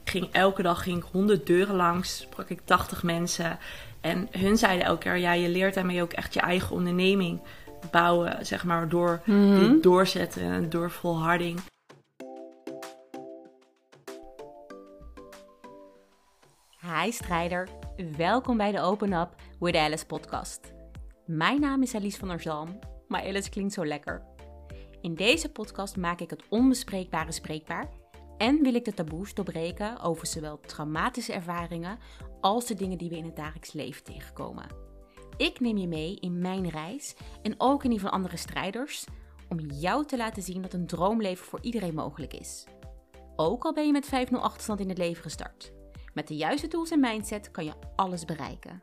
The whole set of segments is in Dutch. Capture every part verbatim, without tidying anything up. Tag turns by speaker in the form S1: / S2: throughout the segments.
S1: ging elke dag ging ik honderd deuren langs, sprak ik tachtig mensen. En hun zeiden elke keer, ja, je leert daarmee ook echt je eigen onderneming bouwen, zeg maar, door
S2: Mm-hmm.
S1: dit doorzetten en door volharding.
S2: Hi strijder, welkom bij de Open Up with Alice podcast. Mijn naam is Alice van der Zalm, maar Alice klinkt zo lekker. In deze podcast maak ik het onbespreekbare spreekbaar en wil ik de taboes doorbreken over zowel traumatische ervaringen als de dingen die we in het dagelijks leven tegenkomen. Ik neem je mee in mijn reis en ook in die van andere strijders om jou te laten zien dat een droomleven voor iedereen mogelijk is. Ook al ben je met vijf nul achterstand in het leven gestart. Met de juiste tools en mindset kan je alles bereiken.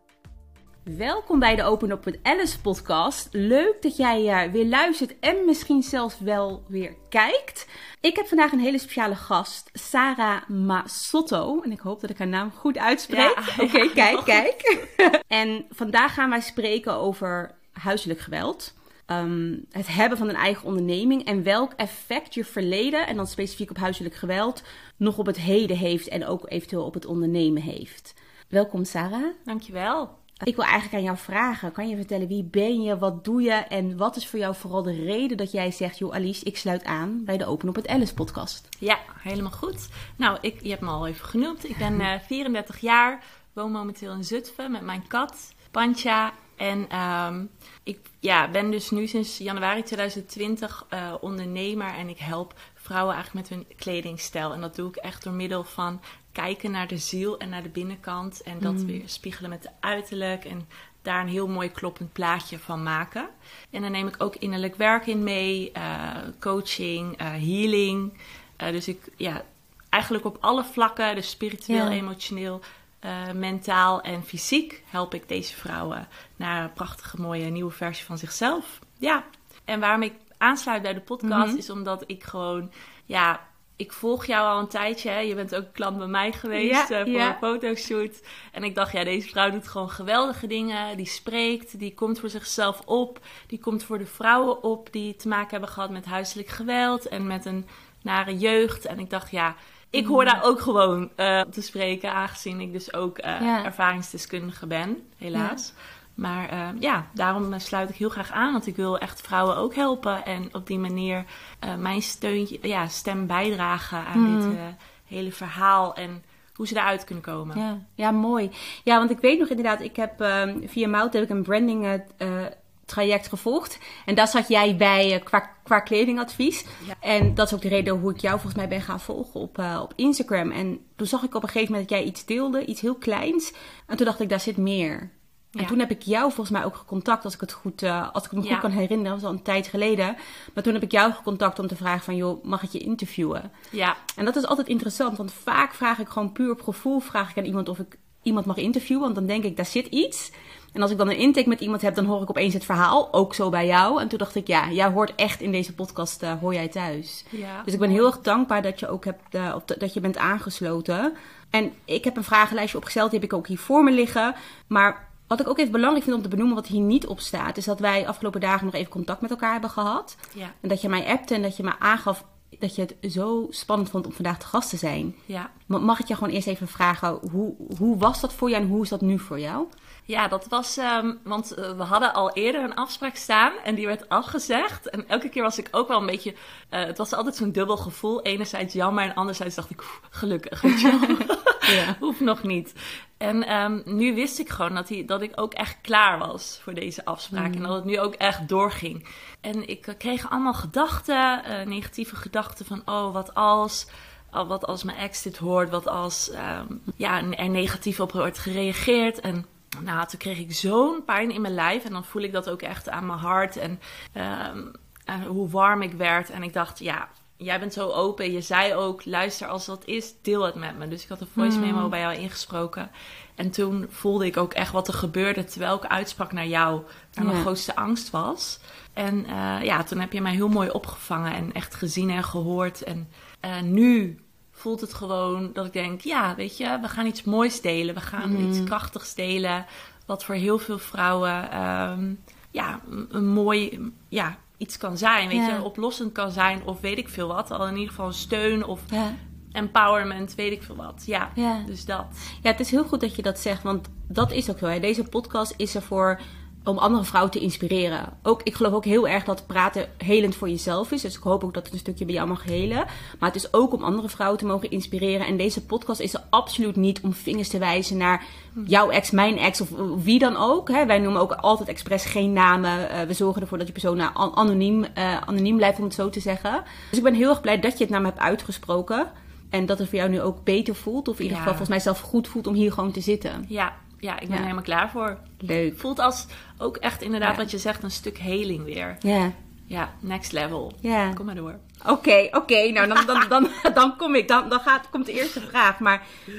S2: Welkom bij de Open Up with Alice podcast. Leuk dat jij uh, weer luistert en misschien zelfs wel weer kijkt. Ik heb vandaag een hele speciale gast, Sarah Masotto. En ik hoop dat ik haar naam goed uitspreek.
S1: Ja,
S2: Oké,
S1: ja,
S2: kijk, kijk. En vandaag gaan wij spreken over huiselijk geweld. Um, het hebben van een eigen onderneming en welk effect je verleden, en dan specifiek op huiselijk geweld, nog op het heden heeft en ook eventueel op het ondernemen heeft. Welkom Sarah.
S1: Dankjewel.
S2: Ik wil eigenlijk aan jou vragen, kan je vertellen wie ben je, wat doe je en wat is voor jou vooral de reden dat jij zegt, joh Alice, ik sluit aan bij de Open Up with Alice podcast?
S1: Ja, helemaal goed. Nou, ik, je hebt me al even genoemd. Ik ben uh, vierendertig jaar, woon momenteel in Zutphen met mijn kat, Pantja. En um, ik ja, ben dus nu sinds januari tweeduizend twintig uh, ondernemer en ik help vrouwen eigenlijk met hun kledingstijl. En dat doe ik echt door middel van kijken naar de ziel en naar de binnenkant en dat mm. weer spiegelen met de uiterlijk en daar een heel mooi kloppend plaatje van maken. En dan neem ik ook innerlijk werk in mee, uh, coaching, uh, healing. Uh, dus ik, ja, eigenlijk op alle vlakken, dus spiritueel, ja. emotioneel, Uh, mentaal en fysiek help ik deze vrouwen naar een prachtige, mooie nieuwe versie van zichzelf. Ja, en waarom ik aansluit bij de podcast mm-hmm. is omdat ik gewoon, ja, ik volg jou al een tijdje. Hè? Je bent ook klant bij mij geweest ja, uh, voor ja. een fotoshoot. En ik dacht, ja, deze vrouw doet gewoon geweldige dingen. Die spreekt, die komt voor zichzelf op. Die komt voor de vrouwen op die te maken hebben gehad met huiselijk geweld en met een nare jeugd. En ik dacht, ja, ik hoor daar ook gewoon uh, te spreken, aangezien ik dus ook uh, ja. ervaringsdeskundige ben, helaas. Ja. Maar uh, ja, daarom sluit ik heel graag aan, want ik wil echt vrouwen ook helpen. En op die manier uh, mijn steuntje, ja, stem bijdragen aan mm. dit uh, hele verhaal en hoe ze eruit kunnen komen.
S2: Ja, ja, mooi. Ja, want ik weet nog inderdaad, ik heb uh, via Mout heb ik een branding uh, traject gevolgd. En daar zat jij bij uh, qua, qua kledingadvies. Ja. En dat is ook de reden hoe ik jou volgens mij ben gaan volgen op, uh, op Instagram. En toen zag ik op een gegeven moment dat jij iets deelde, iets heel kleins. En toen dacht ik, daar zit meer. Ja. En toen heb ik jou volgens mij ook gecontact, als ik het goed, uh, als ik me goed ja. kan herinneren. Dat was al een tijd geleden. Maar toen heb ik jou gecontact om te vragen van, joh, mag ik je interviewen?
S1: Ja.
S2: En dat is altijd interessant, want vaak vraag ik gewoon puur op gevoel, vraag ik aan iemand of ik iemand mag interviewen. Want dan denk ik, daar zit iets. En als ik dan een intake met iemand heb, dan hoor ik opeens het verhaal. Ook zo bij jou. En toen dacht ik, ja, jij hoort echt in deze podcast, uh, hoor jij thuis.
S1: Ja,
S2: dus ik ben heel erg dankbaar dat je ook hebt, uh, op de, dat je bent aangesloten. En ik heb een vragenlijstje opgesteld, die heb ik ook hier voor me liggen. Maar wat ik ook even belangrijk vind om te benoemen, wat hier niet op staat, is dat wij afgelopen dagen nog even contact met elkaar hebben gehad.
S1: Ja. En
S2: dat je mij appte en dat je me aangaf dat je het zo spannend vond om vandaag te gast te zijn.
S1: Ja.
S2: Mag ik je gewoon eerst even vragen, hoe, hoe was dat voor jou en hoe is dat nu voor jou?
S1: Ja, dat was, um, want uh, we hadden al eerder een afspraak staan en die werd afgezegd. En elke keer was ik ook wel een beetje, uh, het was altijd zo'n dubbel gevoel. Enerzijds jammer en anderzijds dacht ik, oef, gelukkig, weet je wel. Ja. Hoeft nog niet. En um, nu wist ik gewoon dat, die, dat ik ook echt klaar was voor deze afspraak. Mm. En dat het nu ook echt doorging. En ik uh, kreeg allemaal gedachten, uh, negatieve gedachten van, oh, wat als... Wat als mijn ex dit hoort, wat als um, ja, er negatief op wordt gereageerd. En nou, toen kreeg ik zo'n pijn in mijn lijf. En dan voel ik dat ook echt aan mijn hart. En, um, en hoe warm ik werd. En ik dacht, ja, jij bent zo open. Je zei ook, luister, als dat is, deel het met me. Dus ik had een voice memo mm. bij jou ingesproken. En toen voelde ik ook echt wat er gebeurde terwijl ik uitsprak naar jou. Waar ja. mijn grootste angst was. En uh, ja, toen heb je mij heel mooi opgevangen en echt gezien en gehoord. En uh, nu voelt het gewoon dat ik denk, ja, weet je, we gaan iets moois delen. We gaan mm. iets krachtigs delen. Wat voor heel veel vrouwen um, ja, een mooi ja, iets kan zijn. Weet ja. je, oplossend kan zijn of weet ik veel wat. Al in ieder geval steun of... Ja. empowerment, weet ik veel wat. Ja,
S2: Ja.
S1: dus dat.
S2: Ja, het is heel goed dat je dat zegt, want dat is ook zo. Hè. Deze podcast is ervoor om andere vrouwen te inspireren. Ook, ik geloof ook heel erg dat praten helend voor jezelf is. Dus ik hoop ook dat het een stukje bij jou mag helen. Maar het is ook om andere vrouwen te mogen inspireren. En deze podcast is er absoluut niet om vingers te wijzen naar jouw ex, mijn ex of wie dan ook. Hè. Wij noemen ook altijd expres geen namen. Uh, we zorgen ervoor dat je persoon nou, anoniem, uh, anoniem blijft, om het zo te zeggen. Dus ik ben heel erg blij dat je het naar me hebt uitgesproken. En dat het voor jou nu ook beter voelt. Of in ieder
S1: Ja.
S2: geval volgens mij zelf goed voelt om hier gewoon te zitten.
S1: Ja, ja ik ben
S2: Ja.
S1: er helemaal klaar voor.
S2: Leuk.
S1: Voelt als ook echt inderdaad
S2: Ja.
S1: wat je zegt, een stuk heling weer.
S2: Ja.
S1: Ja, next level.
S2: Ja.
S1: Kom maar door.
S2: Oké, okay, oké. Okay. Nou, dan, dan, dan, dan kom ik. Dan, dan gaat, komt de eerste vraag. Maar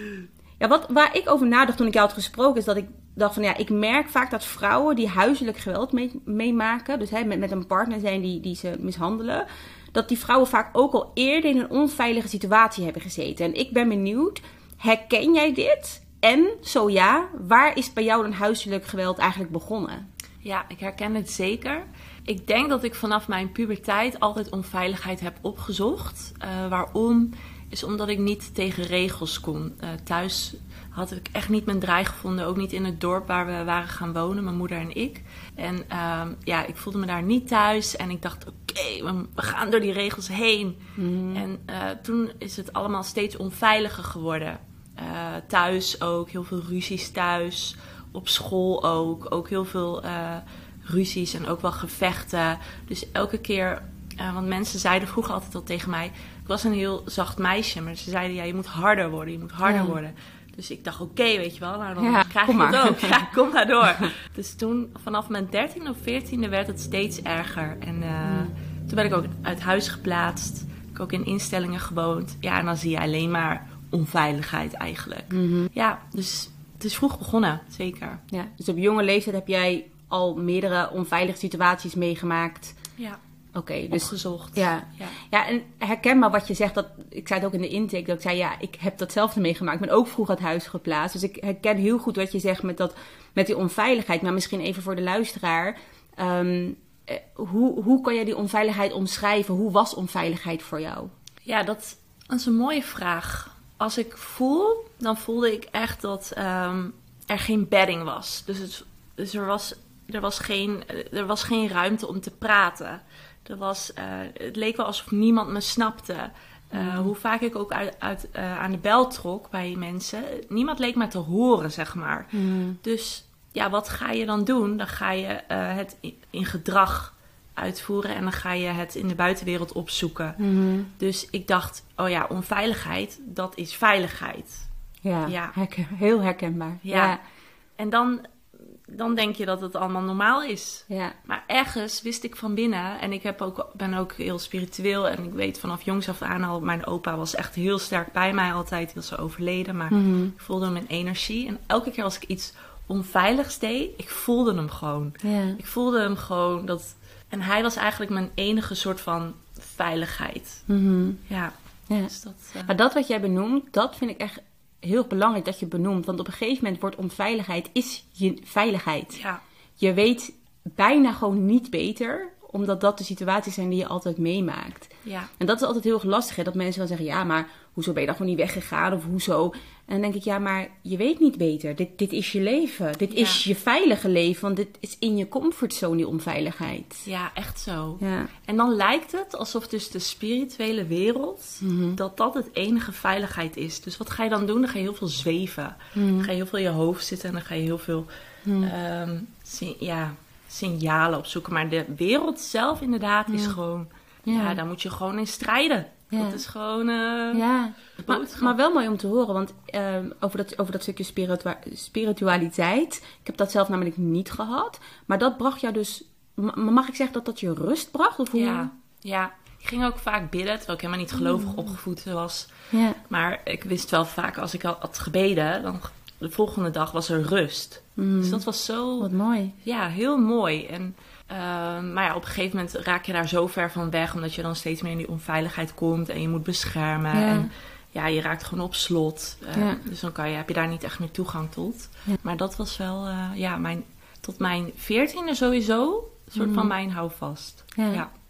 S2: ja, wat, waar ik over nadacht toen ik jou had gesproken, is dat ik dacht van ja, ik merk vaak dat vrouwen die huiselijk geweld mee, meemaken, dus hè, met, met een partner zijn die, die ze mishandelen, dat die vrouwen vaak ook al eerder in een onveilige situatie hebben gezeten. En ik ben benieuwd, herken jij dit? En zo ja, waar is bij jou dan huiselijk geweld eigenlijk begonnen?
S1: Ja, ik herken het zeker. Ik denk dat ik vanaf mijn puberteit altijd onveiligheid heb opgezocht. Uh, waarom? Is omdat ik niet tegen regels kon. Uh, thuis had ik echt niet mijn draai gevonden. Ook niet in het dorp waar we waren gaan wonen, mijn moeder en ik. En uh, ja, ik voelde me daar niet thuis. En ik dacht, oké, okay, we, we gaan door die regels heen. Mm. En uh, toen is het allemaal steeds onveiliger geworden. Uh, thuis ook, heel veel ruzies thuis. Op school ook, ook heel veel uh, ruzies en ook wel gevechten. Dus elke keer, uh, want mensen zeiden vroeger altijd al tegen mij, ik was een heel zacht meisje, maar ze zeiden ja, je moet harder worden, je moet harder ja. worden. Dus ik dacht, oké, okay, weet je wel, nou dan ja, krijg ik het ook. Ja, kom maar door. Dus toen, vanaf mijn dertiende of veertiende werd het steeds erger. En uh, mm. toen ben ik ook uit huis geplaatst. Ik heb ook in instellingen gewoond. Ja, en dan zie je alleen maar onveiligheid eigenlijk. Mm-hmm. Ja, dus het is vroeg begonnen, zeker.
S2: Ja, dus op jonge leeftijd heb jij al meerdere onveilige situaties meegemaakt.
S1: Ja.
S2: Oké, okay, dus
S1: opgezocht.
S2: Ja. Ja. ja, en herkenbaar wat je zegt. Dat, ik zei het ook in de intake. Dat ik zei, ja, ik heb datzelfde meegemaakt. Ik ben ook vroeg uit huis geplaatst. Dus ik herken heel goed wat je zegt met, dat, met die onveiligheid. Maar misschien even voor de luisteraar. Um, hoe, hoe kan jij die onveiligheid omschrijven? Hoe was onveiligheid voor jou?
S1: Ja, dat, dat is een mooie vraag. Als ik voel, dan voelde ik echt dat um, er geen bedding was. Dus, het, dus er, was, er, was geen, er was geen ruimte om te praten. Er was, uh, het leek wel alsof niemand me snapte. Uh, mm. Hoe vaak ik ook uit, uit, uh, aan de bel trok bij mensen. Niemand leek me te horen, zeg maar. Mm. Dus ja, wat ga je dan doen? Dan ga je uh, het in, in gedrag uitvoeren en dan ga je het in de buitenwereld opzoeken. Mm-hmm. Dus ik dacht, oh ja, onveiligheid, dat is veiligheid.
S2: Ja, ja. Herken, heel herkenbaar.
S1: Ja.
S2: ja.
S1: En dan, dan denk je dat het allemaal normaal is.
S2: Ja.
S1: Maar ergens wist ik van binnen, en ik heb ook, ben ook heel spiritueel en ik weet vanaf jongs af aan al, mijn opa was echt heel sterk bij mij altijd, hij was zo overleden, maar mm-hmm. ik voelde hem in energie. En elke keer als ik iets onveiligs deed, ik voelde hem gewoon.
S2: Ja.
S1: Ik voelde hem gewoon dat. En hij was eigenlijk mijn enige soort van veiligheid.
S2: Mm-hmm.
S1: Ja.
S2: ja.
S1: Dus dat, uh...
S2: Maar dat wat jij benoemt, dat vind ik echt heel belangrijk dat je benoemt. Want op een gegeven moment wordt onveiligheid is je veiligheid.
S1: Ja.
S2: Je weet bijna gewoon niet beter, omdat dat de situaties zijn die je altijd meemaakt.
S1: Ja.
S2: En dat is altijd heel erg lastig, hè? Dat mensen dan zeggen, ja, maar hoezo ben je dan gewoon niet weggegaan? Of hoezo? En dan denk ik, ja, maar je weet niet beter. Dit, dit is je leven. Dit ja. is je veilige leven. Want dit is in je comfortzone, die onveiligheid.
S1: Ja, echt zo.
S2: Ja.
S1: En dan lijkt het alsof dus de spirituele wereld, mm-hmm. dat dat het enige veiligheid is. Dus wat ga je dan doen? Dan ga je heel veel zweven. Mm-hmm. Dan ga je heel veel in je hoofd zitten. En dan ga je heel veel mm-hmm. um, sin- ja, signalen opzoeken. Maar de wereld zelf inderdaad is ja. gewoon... Ja. ja, daar moet je gewoon in strijden. Ja. Dat is gewoon uh,
S2: ja. maar, maar wel mooi om te horen. Want uh, over, dat, over dat stukje spiritua- spiritualiteit. Ik heb dat zelf namelijk niet gehad. Maar dat bracht jou dus... Mag ik zeggen dat dat je rust bracht? Of hoe?
S1: Ja, ja. Ik ging ook vaak bidden. Terwijl ik helemaal niet gelovig mm. opgevoed was.
S2: Ja.
S1: Maar ik wist wel vaak, als ik al had gebeden... dan de volgende dag was er rust. Mm. Dus dat was zo...
S2: Wat mooi.
S1: Ja, heel mooi. En... Uh, maar ja, op een gegeven moment raak je daar zo ver van weg... omdat je dan steeds meer in die onveiligheid komt... en je moet beschermen. Ja. En ja, je raakt gewoon op slot. Uh, ja. Dus dan kan je, heb je daar niet echt meer toegang tot. Ja. Maar dat was wel, uh, ja, mijn, tot mijn veertiende sowieso... een soort mm. van mijn houvast.
S2: Ja, ja. ja.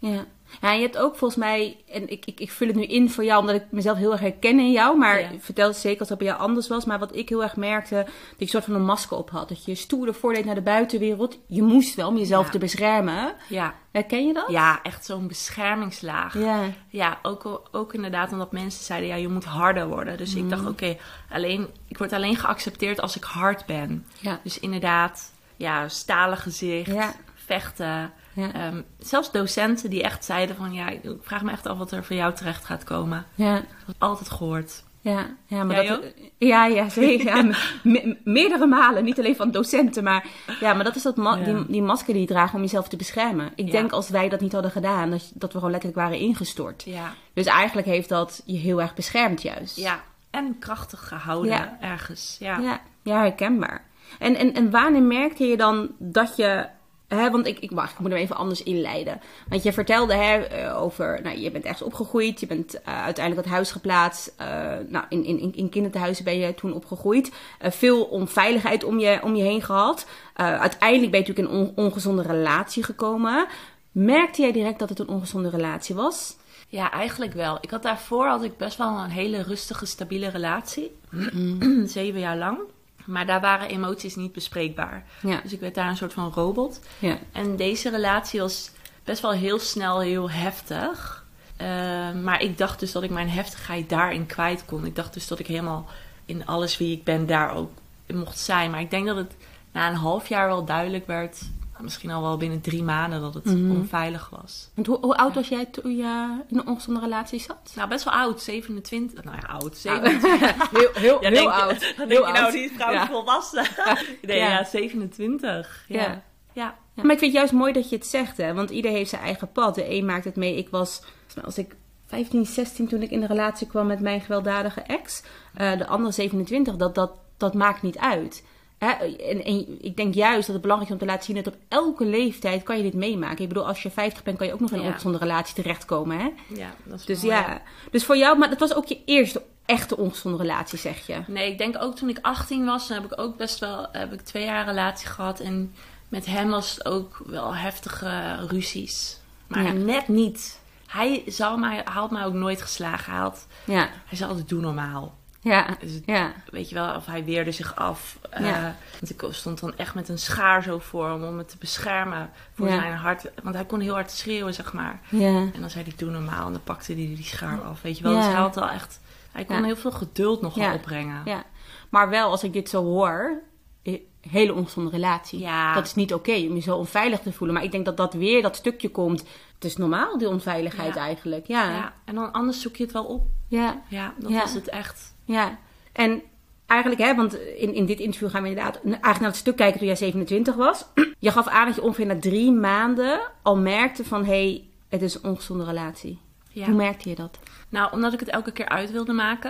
S2: Ja, je hebt ook volgens mij, en ik, ik, ik vul het nu in voor jou, omdat ik mezelf heel erg herken in jou. Maar ja. Vertel het zeker als dat bij jou anders was. Maar wat ik heel erg merkte, dat je een soort van een masker op had. Dat je stoer ervoor deed naar de buitenwereld. Je moest wel om jezelf ja. te beschermen.
S1: Ja.
S2: Herken je dat?
S1: Ja, echt zo'n beschermingslaag.
S2: Ja,
S1: ja ook, ook inderdaad omdat mensen zeiden, ja, je moet harder worden. Dus mm. ik dacht, oké, okay, alleen ik word alleen geaccepteerd als ik hard ben.
S2: Ja.
S1: Dus inderdaad, ja, stalen gezicht,
S2: ja.
S1: vechten.
S2: Ja.
S1: Um, zelfs docenten die echt zeiden van, ja, ik vraag me echt af wat er voor jou terecht gaat komen.
S2: Ja.
S1: Dat heb ik altijd gehoord.
S2: Ja, ja, maar
S1: Jij
S2: dat,
S1: ook?
S2: ja, ja, zeker. Ja, me, meerdere malen, niet alleen van docenten, maar ja, maar dat is dat ma-
S1: ja.
S2: die, die masker die je draagt om jezelf te beschermen. Ik
S1: ja. denk
S2: als wij dat niet hadden gedaan, dat, dat we gewoon letterlijk waren ingestort.
S1: Ja.
S2: Dus eigenlijk heeft dat je heel erg beschermd juist.
S1: Ja, en krachtig gehouden
S2: ja.
S1: ergens. Ja,
S2: ja, ja herkenbaar. En, en, en wanneer merkte je dan dat je... Hè, want ik, ik, wacht, ik moet hem even anders inleiden. Want je vertelde hè, over... Nou, je bent ergens opgegroeid. Je bent uh, uiteindelijk het huis geplaatst. Uh, nou, in, in, in kinderthuizen ben je toen opgegroeid. Uh, veel onveiligheid om je, om je heen gehad. Uh, uiteindelijk ben je natuurlijk in een on, ongezonde relatie gekomen. Merkte jij direct dat het een ongezonde relatie was?
S1: Ja, eigenlijk wel. Ik had daarvoor had ik best wel een hele rustige, stabiele relatie. Mm. Zeven jaar lang. Maar daar waren emoties niet bespreekbaar.
S2: Ja.
S1: Dus ik werd daar een soort van robot.
S2: Ja.
S1: En deze relatie was best wel heel snel heel heftig. Uh, maar ik dacht dus dat ik mijn heftigheid daarin kwijt kon. Ik dacht dus dat ik helemaal in alles wie ik ben daar ook mocht zijn. Maar ik denk dat het na een half jaar wel duidelijk werd... Misschien al wel binnen drie maanden dat het mm-hmm. onveilig was.
S2: Want hoe, hoe oud was jij toen je in een ongezonde relatie zat?
S1: Nou, best wel oud. zevenentwintig. Nou ja, oud. zevenentwintig.
S2: heel heel,
S1: ja,
S2: heel
S1: denk
S2: oud.
S1: Je, dan
S2: heel
S1: denk je nou,
S2: oud.
S1: die vrouw is
S2: ja. volwassen.
S1: nee, ja. ja, zevenentwintig. Ja. Ja.
S2: Ja. ja. Maar ik vind het juist mooi dat je het zegt, hè. Want ieder heeft zijn eigen pad. De een maakt het mee. Ik was, als ik vijftien, zestien toen ik in de relatie kwam met mijn gewelddadige ex. Uh, de andere zevenentwintig, dat, dat, dat maakt niet uit. Hè? En, en ik denk juist dat het belangrijk is om te laten zien dat op elke leeftijd kan je dit meemaken. Ik bedoel, als je vijftig bent, kan je ook nog in een
S1: ja.
S2: ongezonde relatie terechtkomen. Hè?
S1: Ja, dat is
S2: dus
S1: mooi,
S2: ja,
S1: ja.
S2: Dus voor jou, maar dat was ook je eerste echte ongezonde relatie, zeg je?
S1: Nee, ik denk ook toen ik achttien was, dan heb ik ook best wel heb ik twee jaar relatie gehad. En met hem was het ook wel heftige ruzies. Maar ja. net niet. Hij zal mij, had mij ook nooit geslagen. Hij, had,
S2: ja.
S1: hij zei altijd, doe normaal.
S2: Ja,
S1: dus het,
S2: ja.
S1: Weet je wel, of hij weerde zich af. Uh,
S2: ja.
S1: Want ik stond dan echt met een schaar zo voor hem om me te beschermen voor ja. zijn hart. Want hij kon heel hard schreeuwen, zeg maar.
S2: Ja.
S1: En dan zei hij, doe normaal. En dan pakte hij die schaar af, weet je wel.
S2: Ja.
S1: Dus hij had wel echt... Hij kon
S2: ja.
S1: heel veel geduld nog
S2: ja.
S1: wel opbrengen.
S2: Ja. Maar wel, als ik dit zo hoor... hele ongezonde relatie.
S1: Ja.
S2: Dat is niet oké okay, om je zo onveilig te voelen. Maar ik denk dat dat weer, dat stukje komt... Het is normaal, die onveiligheid ja. eigenlijk. Ja.
S1: ja. En dan anders zoek je het wel op.
S2: Ja.
S1: Ja, dat
S2: ja.
S1: is het echt.
S2: Ja. En eigenlijk, hè, want in, in dit interview gaan we inderdaad eigenlijk naar het stuk kijken toen jij zevenentwintig was. Je gaf aan dat je ongeveer na drie maanden al merkte van... hé, hey, het is een ongezonde relatie. Ja. Hoe merkte je dat?
S1: Nou, omdat ik het elke keer uit wilde maken.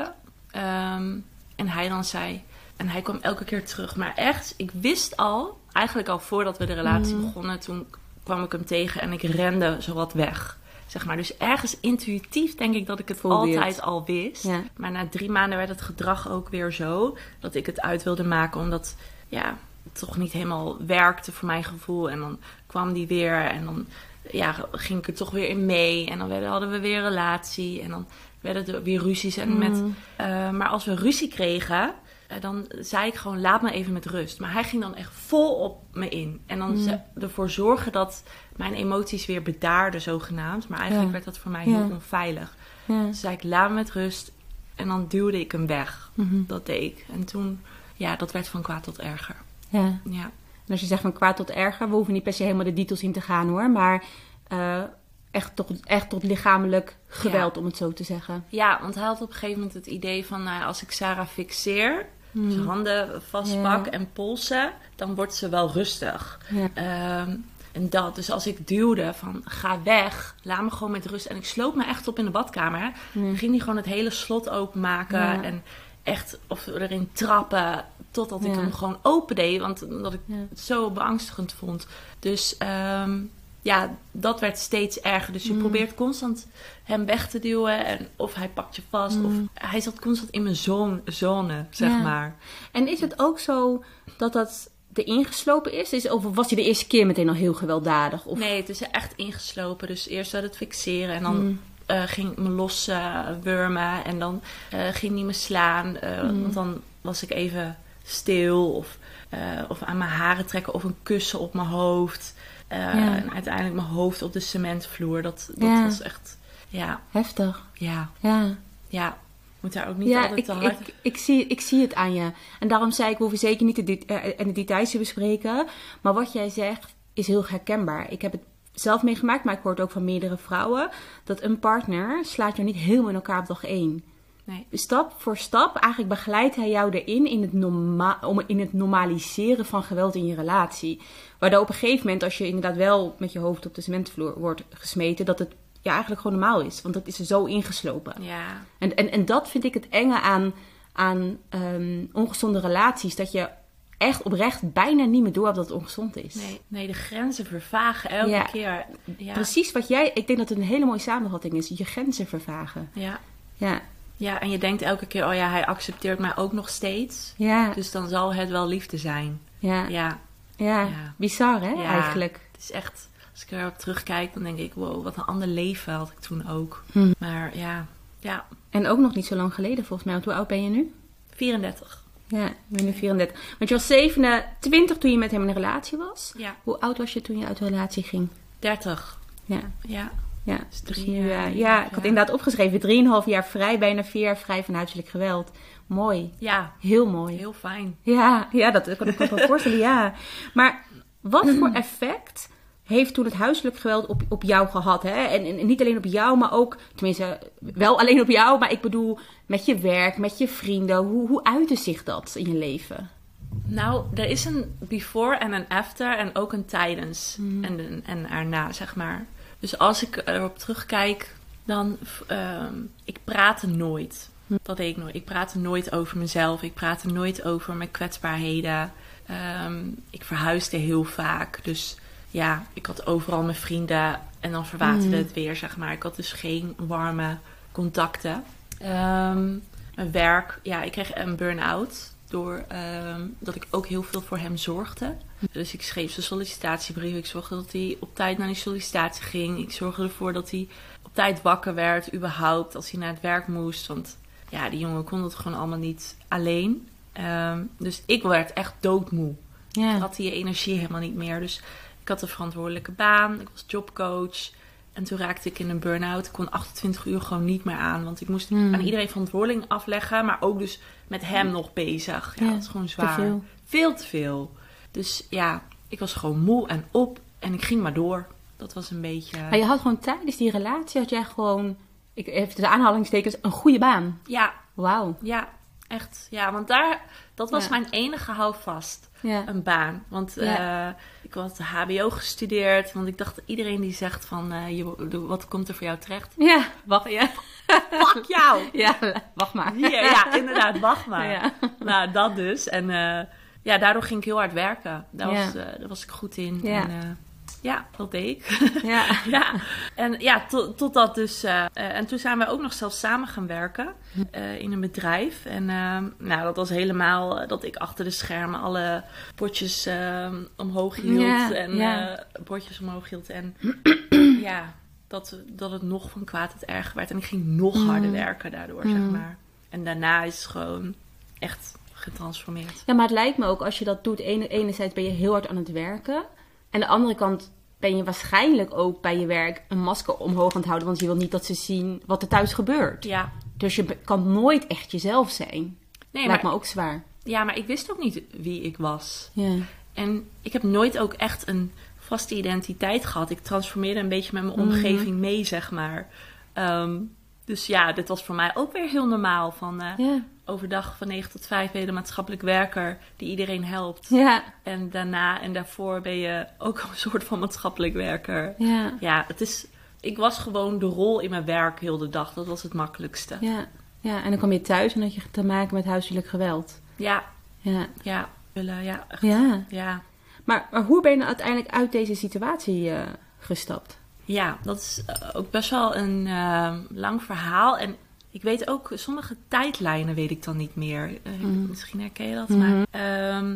S1: Um, en hij dan zei... En hij kwam elke keer terug. Maar echt, ik wist al, eigenlijk al voordat we de relatie mm. begonnen... toen kwam ik hem tegen en ik rende zowat weg. Zeg maar. Dus ergens intuïtief denk ik dat ik het
S2: Voelde
S1: altijd
S2: het.
S1: al wist.
S2: Ja.
S1: Maar na drie maanden werd het gedrag ook weer zo... dat ik het uit wilde maken, omdat... ja, het toch niet helemaal werkte voor mijn gevoel. En dan kwam die weer en dan ja, ging ik er toch weer in mee. En dan werden, hadden we weer een relatie en dan werden er weer ruzies. En
S2: Mm.
S1: met, uh, maar als we ruzie kregen... dan zei ik gewoon, laat me even met rust. Maar hij ging dan echt vol op me in. En dan mm. ervoor zorgen dat mijn emoties weer bedaarden, zogenaamd. Maar eigenlijk ja. werd dat voor mij heel ja. onveilig.
S2: Ja.
S1: Dus zei ik, laat me met rust. En dan duwde ik hem weg.
S2: Mm-hmm.
S1: Dat deed ik. En toen, ja, dat werd van kwaad tot erger.
S2: Ja.
S1: ja.
S2: En als je zegt van kwaad tot erger, we hoeven niet per se helemaal de details in te gaan hoor. Maar uh, echt, tot, echt tot lichamelijk geweld, ja. om het zo te zeggen.
S1: Ja, want hij had op een gegeven moment het idee van, nou, als ik Sarah fixeer... Mm. zijn handen vastpak ja. en polsen, dan wordt ze wel rustig. Ja. Um, en dat, dus als ik duwde van ga weg, laat me gewoon met rust. En ik sloot me echt op in de badkamer. Hè. Mm. Dan ging hij gewoon het hele slot openmaken ja. en echt of erin trappen totdat ja. ik hem gewoon open deed, want omdat ik ja. het zo beangstigend vond. Dus um, ja, dat werd steeds erger. Dus je mm. probeert constant hem weg te duwen. En of hij pakt je vast. Mm. Of hij zat constant in mijn zone, zone zeg ja. maar.
S2: En is het ook zo dat dat erin geslopen is? is? Of was hij de eerste keer meteen al heel gewelddadig? Of...
S1: Nee, het is er echt ingeslopen. Dus eerst had het fixeren en dan
S2: Mm.
S1: uh, ging ik me los uh, wurmen. En dan uh, ging hij me slaan. Uh, mm. Want dan was ik even stil. Of, uh, of aan mijn haren trekken of een kussen op mijn hoofd. Uh, ja. En uiteindelijk mijn hoofd op de cementvloer. Dat, dat ja. was echt... Ja.
S2: Heftig.
S1: Ja.
S2: Ja.
S1: Ja. Moet daar ook niet
S2: ja,
S1: altijd
S2: ik,
S1: te hard...
S2: Ik, ik, zie, ik zie het aan je. En daarom zei ik, we hoeven zeker niet de, de, uh, de details te bespreken. Maar wat jij zegt is heel herkenbaar. Ik heb het zelf meegemaakt, maar ik hoor het ook van meerdere vrouwen. Dat een partner slaat jou niet helemaal in elkaar op dag één.
S1: Nee.
S2: Stap voor stap, eigenlijk begeleidt hij jou erin in het, norma- om, in het normaliseren van geweld in je relatie. Waardoor op een gegeven moment, als je inderdaad wel met je hoofd op de cementvloer wordt gesmeten, dat het ja, eigenlijk gewoon normaal is. Want dat is er zo ingeslopen.
S1: Ja.
S2: En, en, en dat vind ik het enge aan, aan um, ongezonde relaties. Dat je echt oprecht bijna niet meer door hebt dat het ongezond is.
S1: Nee, nee de grenzen vervagen elke
S2: ja.
S1: keer. Ja.
S2: Precies wat jij... Ik denk dat het een hele mooie samenvatting is. Je grenzen vervagen.
S1: Ja.
S2: Ja.
S1: Ja, en je denkt elke keer, oh ja, hij accepteert mij ook nog steeds.
S2: Ja.
S1: Dus dan zal het wel liefde zijn.
S2: Ja.
S1: Ja.
S2: Ja. ja. Bizar, hè,
S1: ja.
S2: eigenlijk.
S1: Het is echt... Als ik erop terugkijk, dan denk ik, wow, wat een ander leven had ik toen ook.
S2: Hm.
S1: Maar ja, ja.
S2: En ook nog niet zo lang geleden volgens mij. Want hoe oud ben je nu?
S1: vierendertig.
S2: Ja, ik ben nu vierendertig. Want je was zevenentwintig toen je met hem in een relatie was.
S1: Ja.
S2: Hoe oud was je toen je uit de relatie ging?
S1: dertig.
S2: Ja.
S1: Ja.
S2: Ja,
S1: dus
S2: dus
S1: drie,
S2: nu, uh, ja,
S1: ja,
S2: ik had inderdaad opgeschreven. Drieënhalf jaar vrij, bijna vier jaar vrij van huiselijk geweld. Mooi.
S1: Ja.
S2: Heel mooi.
S1: Heel fijn.
S2: Ja, ja dat kan ik me wel voorstellen, ja. Maar wat voor effect heeft toen het huiselijk geweld op, op jou gehad? Hè? En, en niet alleen op jou, maar ook, tenminste, wel alleen op jou, maar ik bedoel met je werk, met je vrienden. Hoe, hoe uitte zich dat in je leven?
S1: Nou, er is een before en een after en ook een tijdens
S2: Mm.
S1: en, een, en erna, zeg maar. Dus als ik erop terugkijk, dan... Uh, ik praatte nooit.
S2: Mm.
S1: Dat deed ik nooit. Ik praatte nooit over mezelf. Ik praatte nooit over mijn kwetsbaarheden. Um, ik verhuisde heel vaak. Dus ja, ik had overal mijn vrienden en dan verwaterde mm. het weer, zeg maar. Ik had dus geen warme contacten. Um, mijn werk, ja, ik kreeg een burn-out. Door um, dat ik ook heel veel voor hem zorgde. Dus ik schreef zijn sollicitatiebrief. Ik zorgde dat hij op tijd naar die sollicitatie ging. Ik zorgde ervoor dat hij op tijd wakker werd, überhaupt, als hij naar het werk moest. Want ja, die jongen kon het gewoon allemaal niet alleen. Um, dus ik werd echt doodmoe.
S2: Ja.
S1: Ik had die energie helemaal niet meer. Dus ik had een verantwoordelijke baan. Ik was jobcoach. En toen raakte ik in een burn-out. Ik kon achtentwintig uur gewoon niet meer aan. Want ik moest hmm. aan iedereen verantwoording afleggen. Maar ook dus met hem nog bezig. Ja,
S2: ja,
S1: dat is gewoon zwaar.
S2: Te veel.
S1: Veel te veel. Dus ja, ik was gewoon moe en op. En ik ging maar door. Dat was een beetje...
S2: Maar je had gewoon tijdens die relatie, had jij gewoon, ik even de aanhalingstekens, een goede baan.
S1: Ja.
S2: Wauw.
S1: Ja, echt. Ja, want daar, dat was
S2: ja.
S1: mijn enige houvast.
S2: Ja.
S1: Een baan. Want ja. uh, ik had H B O gestudeerd. Want ik dacht, iedereen die zegt van, uh, je, wat komt er voor jou terecht?
S2: Ja, wacht. Ja.
S1: Fuck jou!
S2: Ja, wacht maar.
S1: Hier, ja, inderdaad, wacht maar.
S2: Ja.
S1: Nou, dat dus. En uh, ja, daardoor ging ik heel hard werken. Daar,
S2: ja.
S1: was, uh, daar was ik goed in.
S2: Ja.
S1: En, uh, ja, dat deed ik.
S2: Ja.
S1: ja. En ja, tot, tot dat dus... Uh, uh, en toen zijn we ook nog zelfs samen gaan werken. Uh, in een bedrijf. En uh, nou, dat was helemaal... Uh, dat ik achter de schermen alle potjes uh, omhoog hield.
S2: Ja.
S1: En
S2: ja.
S1: uh, bordjes omhoog hield. En ja, dat, dat het nog van kwaad het erger werd. En ik ging nog mm. harder werken daardoor, mm. zeg maar. En daarna is het gewoon echt getransformeerd.
S2: Ja, maar het lijkt me ook, als je dat doet... Ene, enerzijds ben je heel hard aan het werken... En aan de andere kant ben je waarschijnlijk ook bij je werk een masker omhoog aan het houden. Want je wil niet dat ze zien wat er thuis gebeurt.
S1: Ja.
S2: Dus je kan nooit echt jezelf zijn.
S1: Nee,
S2: lijkt
S1: maar,
S2: me ook zwaar.
S1: Ja, maar ik wist ook niet wie ik was.
S2: Ja.
S1: En ik heb nooit ook echt een vaste identiteit gehad. Ik transformeerde een beetje met mijn mm-hmm. omgeving mee, zeg maar. Um, dus ja, dit was voor mij ook weer heel normaal. Van uh, ja. overdag van negen tot vijf ben je de maatschappelijk werker die iedereen helpt.
S2: Ja.
S1: En daarna en daarvoor ben je ook een soort van maatschappelijk werker.
S2: Ja.
S1: Ja, het is... Ik was gewoon de rol in mijn werk heel de dag. Dat was het makkelijkste.
S2: Ja, ja. En dan kwam je thuis en had je te maken met huiselijk geweld.
S1: Ja.
S2: Ja.
S1: Ja. Ja. Echt.
S2: Ja.
S1: Ja.
S2: Maar, maar hoe ben je nou uiteindelijk uit deze situatie uh, gestapt?
S1: Ja, dat is ook best wel een uh, lang verhaal. En ik weet ook, sommige tijdlijnen weet ik dan niet meer. Uh, mm. Misschien herken je dat. Mm-hmm. Maar um,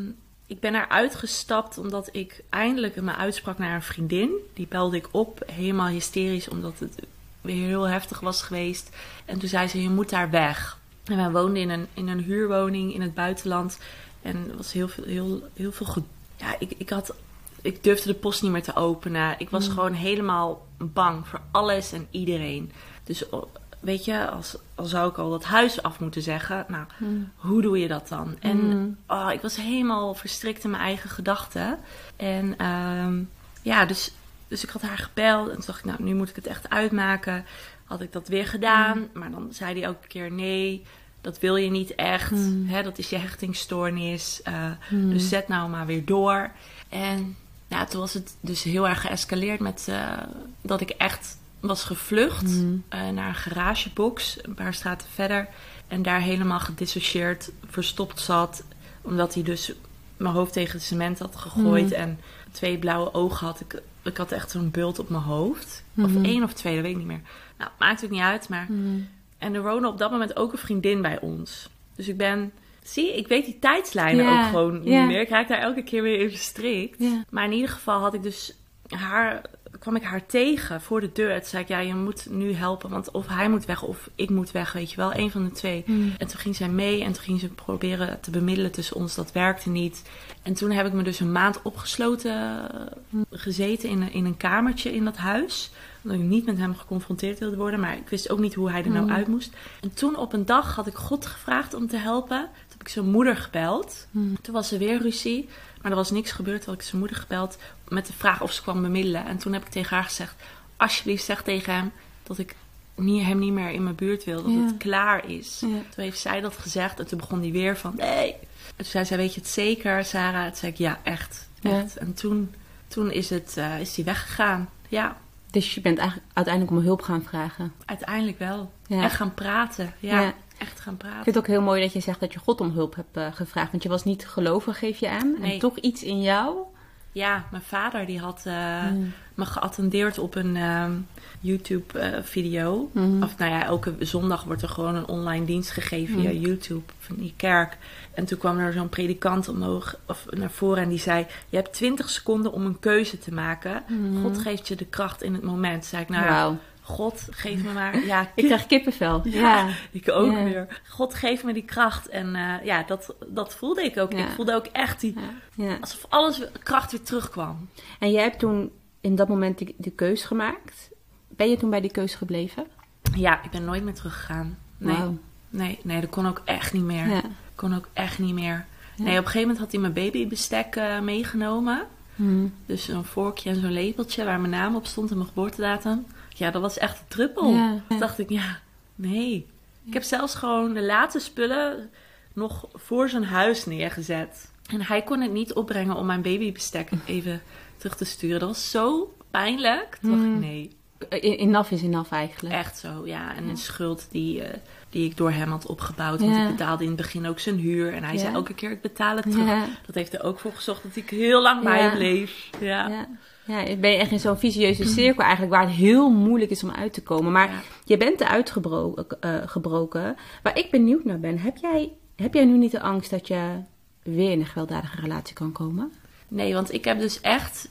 S1: ik ben eruit gestapt omdat ik eindelijk me uitsprak naar een vriendin. Die belde ik op, helemaal hysterisch, omdat het weer heel heftig was geweest. En toen zei ze, je moet daar weg. En wij woonden in een, in een huurwoning in het buitenland. En er was heel veel, heel, heel veel goed. Ja, ik, ik, had, ik durfde de post niet meer te openen. Ik was mm. gewoon helemaal bang voor alles en iedereen. Dus weet je, als, als zou ik al dat huis af moeten zeggen. Nou, mm. hoe doe je dat dan? En mm. oh, ik was helemaal verstrikt in mijn eigen gedachten. En um, ja, dus, dus ik had haar gebeld. En toen dacht ik, nou, nu moet ik het echt uitmaken. Had ik dat weer gedaan. Mm. Maar dan zei hij elke keer, nee, dat wil je niet echt. Mm. Hè, dat is je hechtingsstoornis. Uh, mm. Dus zet nou maar weer door. En ja, toen was het dus heel erg geëscaleerd met uh, dat ik echt was gevlucht mm. uh, naar een garagebox, een paar straten verder. En daar helemaal gedissocieerd, verstopt zat. Omdat hij dus mijn hoofd tegen het cement had gegooid. Mm. En twee blauwe ogen had. Ik, ik had echt zo'n bult op mijn hoofd. Mm. Of één of twee, dat weet ik niet meer. Nou, maakt het niet uit. Maar... Mm. En er woonde op dat moment ook een vriendin bij ons. Dus ik ben... Zie, ik weet die tijdslijnen yeah. ook gewoon yeah. niet meer. Ik raak daar elke keer weer in verstrikt. Yeah. Maar in ieder geval had ik dus haar... kwam ik haar tegen voor de deur. Toen zei ik, ja, je moet nu helpen. Want of hij moet weg of ik moet weg, weet je wel. Een van de twee. Mm. En toen ging zij mee. En toen ging ze proberen te bemiddelen tussen ons. Dat werkte niet. En toen heb ik me dus een maand opgesloten mm. gezeten in een, in een kamertje in dat huis. Omdat ik niet met hem geconfronteerd wilde worden. Maar ik wist ook niet hoe hij er nou mm. uit moest. En toen op een dag had ik God gevraagd om te helpen. Toen heb ik zijn moeder gebeld. Mm. Toen was er weer ruzie. Maar er was niks gebeurd. Toen had ik zijn moeder gebeld met de vraag of ze kwam bemiddelen. En toen heb ik tegen haar gezegd, alsjeblieft zeg tegen hem dat ik niet, hem niet meer in mijn buurt wil. Dat ja. het klaar is. Ja. Toen heeft zij dat gezegd. En toen begon hij weer van, nee. En toen zei zij, weet je het zeker, Sarah? Toen zei ik, ja, echt. echt. Ja. En toen, toen is, het, uh, is hij weggegaan. Ja.
S2: Dus je bent eigenlijk uiteindelijk om hulp gaan vragen?
S1: Uiteindelijk wel. Ja. En gaan praten. Ja. ja. Echt gaan praten.
S2: Ik vind het ook heel mooi dat je zegt dat je God om hulp hebt uh, gevraagd. Want je was niet gelovig, geef je aan. Nee. En toch iets in jou.
S1: Ja, mijn vader die had uh, mm. me geattendeerd op een um, YouTube-video. Uh, mm. Of nou ja, elke zondag wordt er gewoon een online dienst gegeven mm. via YouTube van die kerk. En toen kwam er zo'n predikant omhoog of naar voren en die zei, je hebt twintig seconden om een keuze te maken. Mm. God geeft je de kracht in het moment. Toen zei ik, nou ja, wow. God, geef me maar... Ja,
S2: ik krijg kippenvel. Ja,
S1: ja. Ik ook ja. weer. God, geef me die kracht. En uh, ja, dat, dat voelde ik ook. Ja. Ik voelde ook echt die... Ja. Ja. Alsof alles kracht weer terugkwam.
S2: En jij hebt toen in dat moment de, de keus gemaakt. Ben je toen bij die keus gebleven?
S1: Ja, ik ben nooit meer teruggegaan. Nee, wow. nee, nee, dat kon ook echt niet meer. Ja. kon ook echt niet meer. Ja. Nee, op een gegeven moment had hij mijn babybestek uh, meegenomen. Hmm. Dus zo'n vorkje en zo'n lepeltje waar mijn naam op stond en mijn geboortedatum. Ja, dat was echt een druppel. Ja. Toen dacht ik, ja, nee. Ik heb zelfs gewoon de laatste spullen nog voor zijn huis neergezet. En hij kon het niet opbrengen om mijn babybestek even terug te sturen. Dat was zo pijnlijk. Toen dacht ik, nee.
S2: Enough is enough eigenlijk.
S1: Echt zo, ja. En een schuld die, uh, die ik door hem had opgebouwd. Want ja. ik betaalde in het begin ook zijn huur. En hij ja. zei elke keer, ik betaal het terug. Ja. Dat heeft er ook voor gezorgd dat ik heel lang bij ja. hem bleef. Ja. ja.
S2: Ja, ben je echt in zo'n vicieuze cirkel eigenlijk waar het heel moeilijk is om uit te komen. Maar ja. je bent eruit gebroken, uh, gebroken. Waar ik benieuwd naar ben, heb jij, heb jij nu niet de angst dat je weer in een gewelddadige relatie kan komen?
S1: Nee, want ik heb dus echt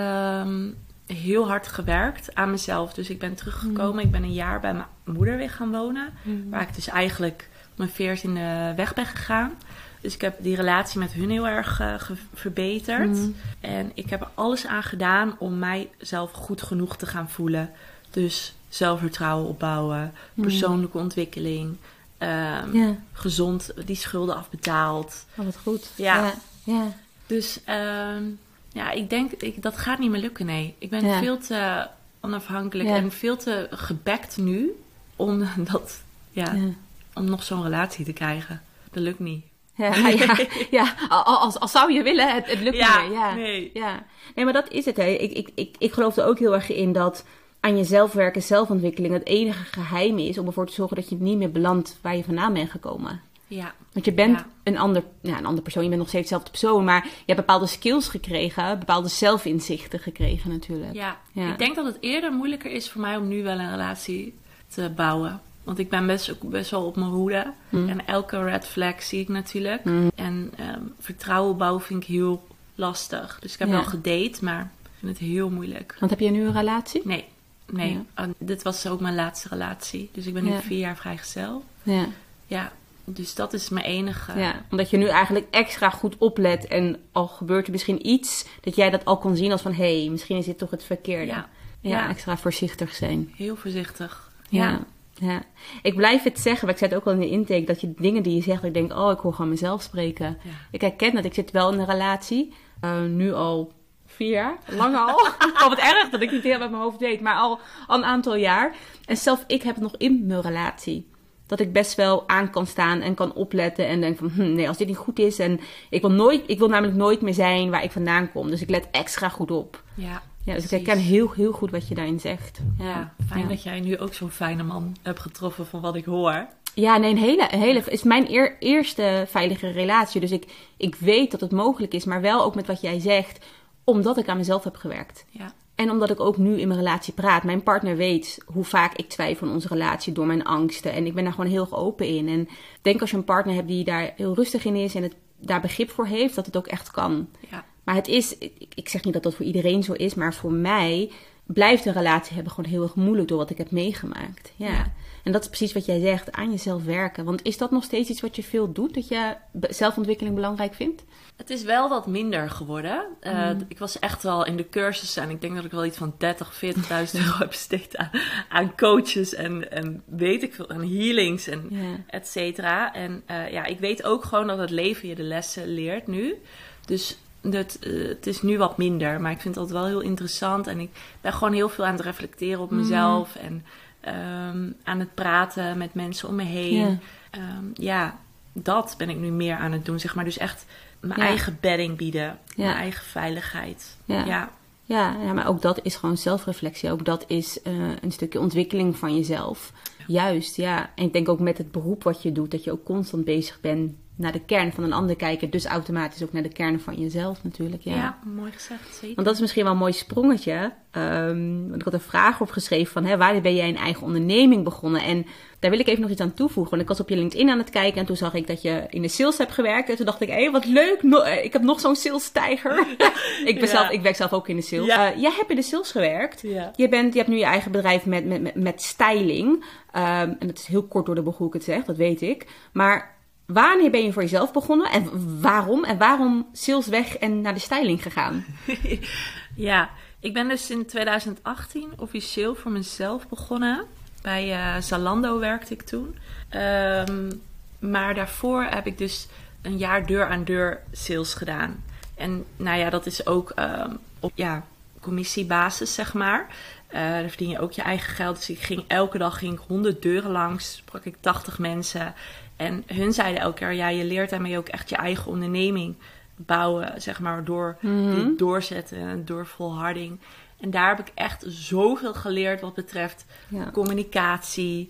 S1: um, heel hard gewerkt aan mezelf. Dus ik ben teruggekomen. Mm. Ik ben een jaar bij mijn moeder weer gaan wonen. Mm. Waar ik dus eigenlijk op mijn veertiende weg ben gegaan. Dus ik heb die relatie met hun heel erg uh, ge- verbeterd. Mm. En ik heb er alles aan gedaan om mijzelf goed genoeg te gaan voelen. Dus zelfvertrouwen opbouwen, mm. persoonlijke ontwikkeling, um, yeah. gezond, die schulden afbetaald.
S2: Oh, wat goed.
S1: Ja.
S2: ja. ja.
S1: Dus um, ja, ik denk, ik, dat gaat niet meer lukken, nee. Ik ben ja. veel te onafhankelijk ja. en veel te gebekt nu om, dat, ja, ja. om nog zo'n relatie te krijgen. Dat lukt niet.
S2: Ja, ja, ja. Als, als zou je willen, het, het lukt
S1: ja,
S2: niet meer. Ja,
S1: nee.
S2: Ja. Nee, maar dat is het. Hè. Ik, ik, ik, ik geloof er ook heel erg in dat aan jezelf werken, zelfontwikkeling het enige geheim is om ervoor te zorgen dat je niet meer belandt waar je vandaan bent gekomen.
S1: Ja.
S2: Want je bent
S1: ja.
S2: een ander, ja, een ander persoon, je bent nog steeds dezelfde persoon, maar je hebt bepaalde skills gekregen, bepaalde zelfinzichten gekregen natuurlijk.
S1: Ja. ja, ik denk dat het eerder moeilijker is voor mij om nu wel een relatie te bouwen. Want ik ben best, ook best wel op mijn hoede. Mm. En elke red flag zie ik natuurlijk. Mm. En um, vertrouwen bouwen vind ik heel lastig. Dus ik heb ja. wel gedate, maar ik vind het heel moeilijk.
S2: Want heb je nu een relatie?
S1: Nee. Nee, ja. uh, dit was ook mijn laatste relatie. Dus ik ben nu ja. vier jaar vrijgezel.
S2: Ja.
S1: Ja, dus dat is mijn enige...
S2: Ja, omdat je nu eigenlijk extra goed oplet. En al gebeurt er misschien iets, dat jij dat al kon zien als van... hé, hey, misschien is dit toch het verkeerde. Ja. Ja, ja, extra voorzichtig zijn.
S1: Heel voorzichtig. Ja.
S2: ja. Ja, ik blijf het zeggen, maar ik zei het ook al in de intake, dat je dingen die je zegt, ik denk, oh, ik hoor gewoon mezelf spreken. Ja. Ik herken dat, ik zit wel in een relatie, uh, nu al vier jaar, lang al. Al wat erg dat ik niet heel met mijn hoofd weet, maar al, al een aantal jaar. En zelf ik heb het nog in mijn relatie. Dat ik best wel aan kan staan en kan opletten en denk van, hm, nee, als dit niet goed is. En ik wil, nooit, ik wil namelijk nooit meer zijn waar ik vandaan kom. Dus ik let extra goed op.
S1: Ja.
S2: Ja, dus ik herken heel, heel goed wat je daarin zegt.
S1: Ja, ja fijn ja. dat jij nu ook zo'n fijne man hebt getroffen van wat ik hoor.
S2: Ja, nee, een hele, een hele is mijn eer, eerste veilige relatie. Dus ik, ik weet dat het mogelijk is, maar wel ook met wat jij zegt, omdat ik aan mezelf heb gewerkt.
S1: Ja.
S2: En omdat ik ook nu in mijn relatie praat. Mijn partner weet hoe vaak ik twijfel aan onze relatie door mijn angsten. En ik ben daar gewoon heel erg open in. En ik denk als je een partner hebt die daar heel rustig in is en het daar begrip voor heeft, dat het ook echt kan.
S1: Ja.
S2: Maar het is, ik zeg niet dat dat voor iedereen zo is, maar voor mij blijft een relatie hebben gewoon heel erg moeilijk door wat ik heb meegemaakt. Ja. ja. En dat is precies wat jij zegt, aan jezelf werken. Want is dat nog steeds iets wat je veel doet, dat je zelfontwikkeling belangrijk vindt?
S1: Het is wel wat minder geworden. Mm. Uh, ik was echt wel in de cursussen en ik denk dat ik wel iets van dertig, veertigduizend euro heb besteed aan, aan coaches en, en weet ik veel, aan healings en yeah. et cetera. En uh, ja, ik weet ook gewoon dat het leven je de lessen leert nu. Dus Het, uh, het is nu wat minder, maar ik vind dat wel heel interessant. En ik ben gewoon heel veel aan het reflecteren op mezelf. Mm. En um, aan het praten met mensen om me heen. Yeah. Um, ja, dat ben ik nu meer aan het doen, zeg maar. Dus echt mijn ja. eigen bedding bieden. Ja. Mijn eigen veiligheid.
S2: Ja.
S1: Ja.
S2: Ja, ja, maar ook dat is gewoon zelfreflectie. Ook dat is uh, een stukje ontwikkeling van jezelf. Ja. Juist, ja. En ik denk ook met het beroep wat je doet, dat je ook constant bezig bent naar de kern van een ander kijken. Dus automatisch ook naar de kern van jezelf natuurlijk. Ja,
S1: ja mooi gezegd, zeker.
S2: Want dat is misschien wel een mooi sprongetje. Um, want ik had een vraag opgeschreven van, hè, wanneer ben jij een eigen onderneming begonnen? En daar wil ik even nog iets aan toevoegen. Want ik was op je LinkedIn aan het kijken en toen zag ik dat je in de sales hebt gewerkt. En toen dacht ik, hé, hey, wat leuk. No, ik heb nog zo'n sales-tijger. ik, ben ja. zelf, ik werk zelf ook in de sales. Ja. Uh, jij hebt in de sales gewerkt. Ja. Je, bent, je hebt nu je eigen bedrijf met, met, met, met styling. Um, en dat is heel kort door de bocht hoe ik het zeg, dat weet ik. Maar wanneer ben je voor jezelf begonnen en waarom? En waarom sales weg en naar de styling gegaan?
S1: Ja, ik ben dus in twintig achttien officieel voor mezelf begonnen. Bij uh, Zalando werkte ik toen. Um, maar daarvoor heb ik dus een jaar deur aan deur sales gedaan. En nou ja, dat is ook um, op ja, commissiebasis, zeg maar. Uh, daar verdien je ook je eigen geld. Dus ik ging elke dag ging ik honderd deuren langs. Sprak ik tachtig mensen. En hun zeiden elke keer, ja, je leert daarmee ook echt je eigen onderneming bouwen, zeg maar, door mm-hmm. dit doorzetten en door volharding. En daar heb ik echt zoveel geleerd wat betreft ja. communicatie,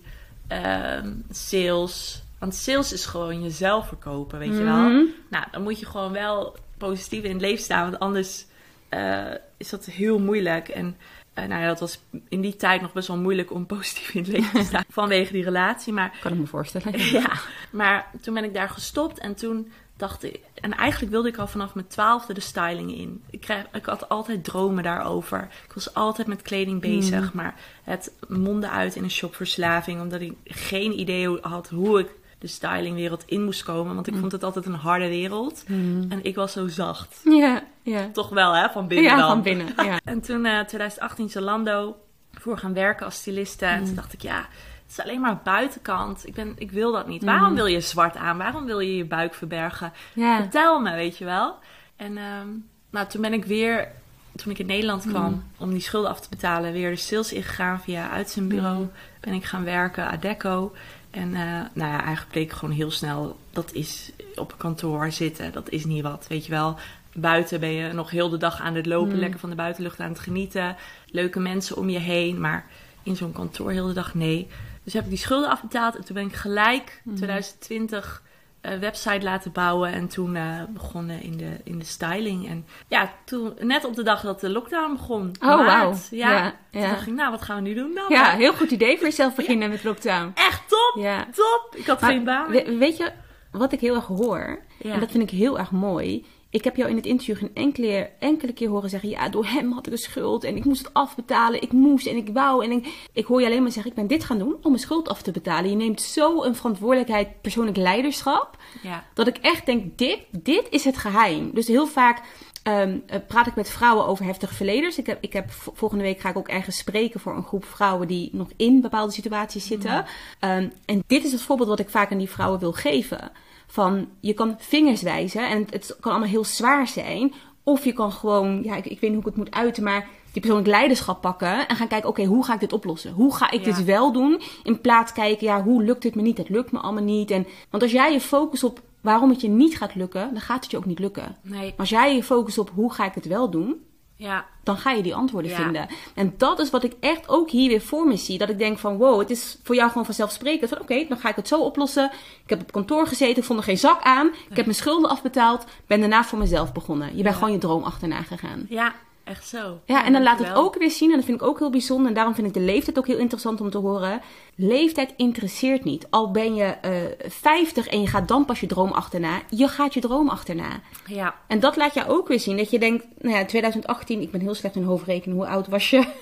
S1: um, sales. Want sales is gewoon jezelf verkopen, weet mm-hmm. je wel. Nou, dan moet je gewoon wel positief in het leven staan, want anders uh, is dat heel moeilijk. En Uh, nou ja, dat was in die tijd nog best wel moeilijk om positief in het leven te staan vanwege die relatie. Maar,
S2: kan ik me voorstellen.
S1: Ja, maar toen ben ik daar gestopt en toen dacht ik... En eigenlijk wilde ik al vanaf mijn twaalfde de styling in. Ik, kreeg, ik had altijd dromen daarover. Ik was altijd met kleding bezig, mm. maar het mondde uit in een shopverslaving. Omdat ik geen idee had hoe ik de stylingwereld in moest komen. Want ik mm. vond het altijd een harde wereld. Mm. En ik was zo zacht.
S2: Ja, ja.
S1: Toch wel, hè? Van binnen
S2: ja,
S1: dan.
S2: van binnen, ja.
S1: En toen uh, twintig achttien Zalando voor gaan werken als styliste. Mm. En toen dacht ik, ja, het is alleen maar buitenkant. Ik, ben, ik wil dat niet. Mm. Waarom wil je zwart aan? Waarom wil je je buik verbergen? Ja. Vertel me, weet je wel. En um, nou, toen ben ik weer, toen ik in Nederland kwam, mm. om die schulden af te betalen, weer de sales ingegaan via uitzendbureau. Mm. Ben ik gaan werken, Adecco. En uh, nou ja, eigenlijk bleek gewoon heel snel, dat is op een kantoor zitten, dat is niet wat, weet je wel. Buiten ben je nog heel de dag aan het lopen, mm. lekker van de buitenlucht aan het genieten. Leuke mensen om je heen, maar in zo'n kantoor heel de dag nee. Dus heb ik die schulden afbetaald en toen ben ik gelijk mm. twintig twintig uh, website laten bouwen. En toen uh, begonnen in de, in de styling. En ja, toen net op de dag dat de lockdown begon.
S2: Oh, wauw.
S1: Ja,
S2: ja,
S1: toen
S2: ja.
S1: dacht ik, nou, wat gaan we nu doen dan?
S2: Ja, heel goed idee voor jezelf beginnen ja. met lockdown.
S1: Echt top,
S2: ja.
S1: top. Ik had
S2: maar,
S1: geen baan.
S2: We, weet je, wat ik heel erg hoor, ja. en dat vind ik heel erg mooi. Ik heb jou in het interview geen enkele, enkele keer horen zeggen... ja, door hem had ik een schuld en ik moest het afbetalen. Ik moest en ik wou. En ik, ik hoor je alleen maar zeggen, ik ben dit gaan doen om mijn schuld af te betalen. Je neemt zo een verantwoordelijkheid, persoonlijk leiderschap...
S1: Ja.
S2: dat ik echt denk, dit, dit is het geheim. Dus heel vaak um, praat ik met vrouwen over heftige verleders. Ik heb, ik heb, volgende week ga ik ook ergens spreken voor een groep vrouwen... die nog in bepaalde situaties zitten. Mm. Um, en dit is het voorbeeld wat ik vaak aan die vrouwen wil geven... Van, je kan vingers wijzen en het kan allemaal heel zwaar zijn. Of je kan gewoon, ja, ik, ik weet niet hoe ik het moet uiten, maar die persoonlijk leiderschap pakken. En gaan kijken, oké, okay, hoe ga ik dit oplossen? Hoe ga ik ja. dit wel doen? In plaats kijken, ja, hoe lukt dit me niet? Het lukt me allemaal niet. En, want als jij je focust op waarom het je niet gaat lukken, dan gaat het je ook niet lukken.
S1: Nee.
S2: Maar als jij je focust op hoe ga ik het wel doen...
S1: Ja.
S2: dan ga je die antwoorden
S1: ja.
S2: vinden. En dat is wat ik echt ook hier weer voor me zie. Dat ik denk van, wow, het is voor jou gewoon vanzelfsprekend. Van oké, okay, dan ga ik het zo oplossen. Ik heb op kantoor gezeten, vond er geen zak aan. Ik heb mijn schulden afbetaald. Ben daarna voor mezelf begonnen. Je bent ja. gewoon je droom achterna gegaan.
S1: Ja, echt zo. Ja,
S2: ja en dan laat het ook weer zien. En dat vind ik ook heel bijzonder. En daarom vind ik de leeftijd ook heel interessant om te horen. Leeftijd interesseert niet. Al ben je uh, vijftig en je gaat dan pas je droom achterna. Je gaat je droom achterna.
S1: Ja.
S2: En dat laat je ook weer zien. Dat je denkt, nou ja, twintig achttien, ik ben heel slecht in hoofdrekenen. Hoe oud was je? Uh,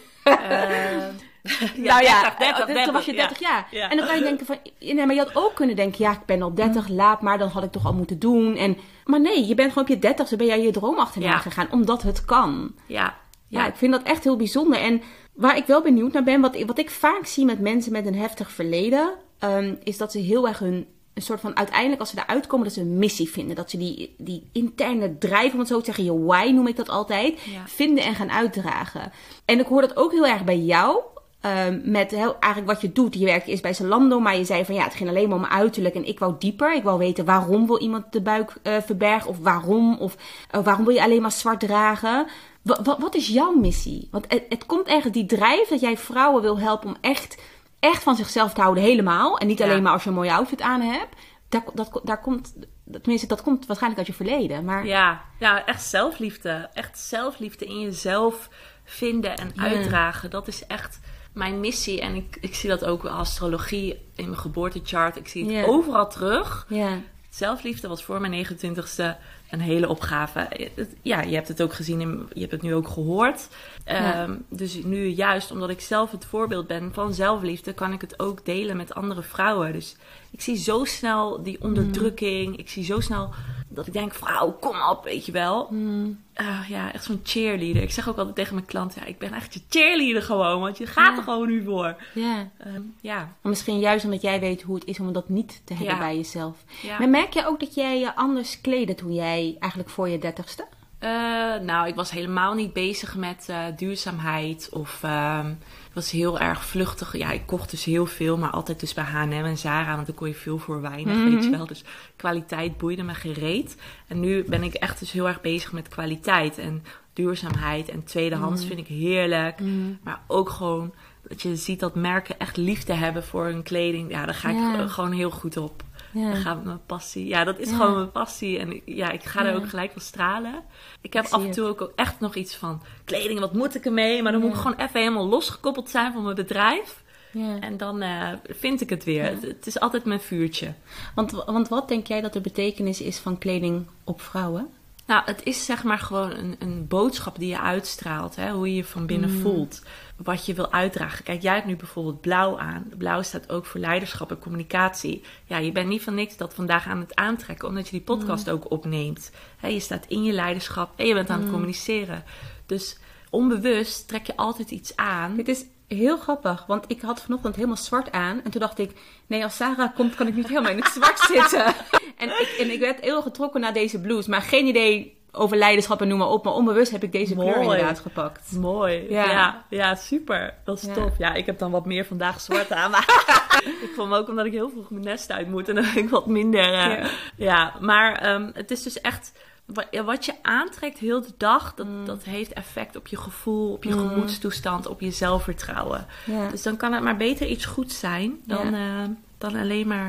S1: ja,
S2: nou ja,
S1: dertig, dertig, dertig,
S2: toen was je dertig
S1: ja.
S2: jaar.
S1: Ja.
S2: En dan kan je denken van, nee, maar je had ook kunnen denken, ja, ik ben al dertig, mm. laat maar, dan had ik toch al moeten doen. En, maar nee, je bent gewoon op je dertigste, ben jij je droom achterna ja. gegaan, omdat het kan.
S1: Ja.
S2: Ja, ja, ik vind dat echt heel bijzonder. En waar ik wel benieuwd naar ben, wat, wat ik vaak zie met mensen met een heftig verleden, um, is dat ze heel erg hun, een soort van, uiteindelijk als ze eruit komen, dat ze een missie vinden. Dat ze die, die interne drijf, om het zo te zeggen, je why noem ik dat altijd, ja. vinden en gaan uitdragen. En ik hoor dat ook heel erg bij jou. Um, met heel, eigenlijk wat je doet. Je werkt eerst bij Zalando, maar je zei van ja, het ging alleen maar om uiterlijk. En ik wou dieper. Ik wou weten waarom wil iemand de buik uh, verbergen. Of waarom. Of uh, waarom wil je alleen maar zwart dragen. W- w- wat is jouw missie? Want het, het komt echt die drijf dat jij vrouwen wil helpen om echt, echt van zichzelf te houden helemaal. En niet ja. alleen maar als je een mooie outfit aan hebt. Daar, dat, daar komt, tenminste, dat komt waarschijnlijk uit je verleden. Maar...
S1: Ja, ja, echt zelfliefde. Echt zelfliefde in jezelf vinden en ja. uitdragen. Dat is echt mijn missie. En ik, ik zie dat ook astrologie in mijn geboortechart. Ik zie het yeah. overal terug.
S2: Yeah.
S1: Zelfliefde was voor mijn negenentwintigste een hele opgave. Ja, je hebt het ook gezien. In, je hebt het nu ook gehoord. Ja. Um, dus nu juist omdat ik zelf het voorbeeld ben van zelfliefde, kan ik het ook delen met andere vrouwen. Dus ik zie zo snel die onderdrukking. Mm. Ik zie zo snel dat ik denk, vrouw, kom op, weet je wel. Mm. Uh, ja, echt zo'n cheerleader. Ik zeg ook altijd tegen mijn klanten, ja, ik ben echt je cheerleader gewoon. Want je gaat ja. er gewoon nu voor.
S2: Ja.
S1: Um, ja.
S2: Maar misschien juist omdat jij weet hoe het is om dat niet te hebben ja. bij jezelf.
S1: Ja.
S2: Maar merk je ook dat jij je anders kleedde toen jij eigenlijk voor je dertigste?
S1: Uh, nou, ik was helemaal niet bezig met uh, duurzaamheid of uh, ik was heel erg vluchtig. Ja, ik kocht dus heel veel, maar altijd dus bij H en M en Zara, want dan kon je veel voor weinig, mm-hmm. weet je wel. Dus kwaliteit boeide me gereed. En nu ben ik echt dus heel erg bezig met kwaliteit en duurzaamheid en tweedehands mm. vind ik heerlijk. Mm. Maar ook gewoon dat je ziet dat merken echt liefde hebben voor hun kleding. Ja, daar ga ik ja. gewoon heel goed op. Ja. Dan gaat mijn passie. Ja, dat is ja. gewoon mijn passie. En ja, ik ga ja. er ook gelijk van stralen. Ik heb ik af en toe ook echt nog iets van kleding, wat moet ik ermee? Maar dan ja. moet ik gewoon even helemaal losgekoppeld zijn van mijn bedrijf. Ja. En dan uh, vind ik het weer. Ja. Het, het is altijd mijn vuurtje.
S2: Want, want wat denk jij dat de betekenis is van kleding op vrouwen?
S1: Nou, het is zeg maar gewoon een, een boodschap die je uitstraalt. Hè? Hoe je je van binnen mm. voelt. Wat je wil uitdragen. Kijk, jij hebt nu bijvoorbeeld blauw aan. Blauw staat ook voor leiderschap en communicatie. Ja, je bent niet van niks dat vandaag aan het aantrekken. Omdat je die podcast mm. ook opneemt. Hè, je staat in je leiderschap en je bent aan mm. het communiceren. Dus onbewust trek je altijd iets aan.
S2: Het is heel grappig, want ik had vanochtend helemaal zwart aan. En toen dacht ik, nee, als Sarah komt, kan ik niet helemaal in het zwart zitten. En ik, en ik werd heel getrokken naar deze blouse. Maar geen idee over leiderschap en noem maar op. Maar onbewust heb ik deze
S1: Mooi.
S2: kleur inderdaad gepakt.
S1: Mooi. Ja, ja, ja super. Dat is ja. tof. Ja, ik heb dan wat meer vandaag zwart aan. Maar ik vond me ook omdat ik heel vroeg mijn nest uit moet. En dan heb ik wat minder. Uh, ja. ja, maar um, het is dus echt wat je aantrekt heel de dag, dat, mm. dat heeft effect op je gevoel, op je mm. gemoedstoestand, op je zelfvertrouwen. Ja. Dus dan kan het maar beter iets goeds zijn dan, ja. uh, dan alleen maar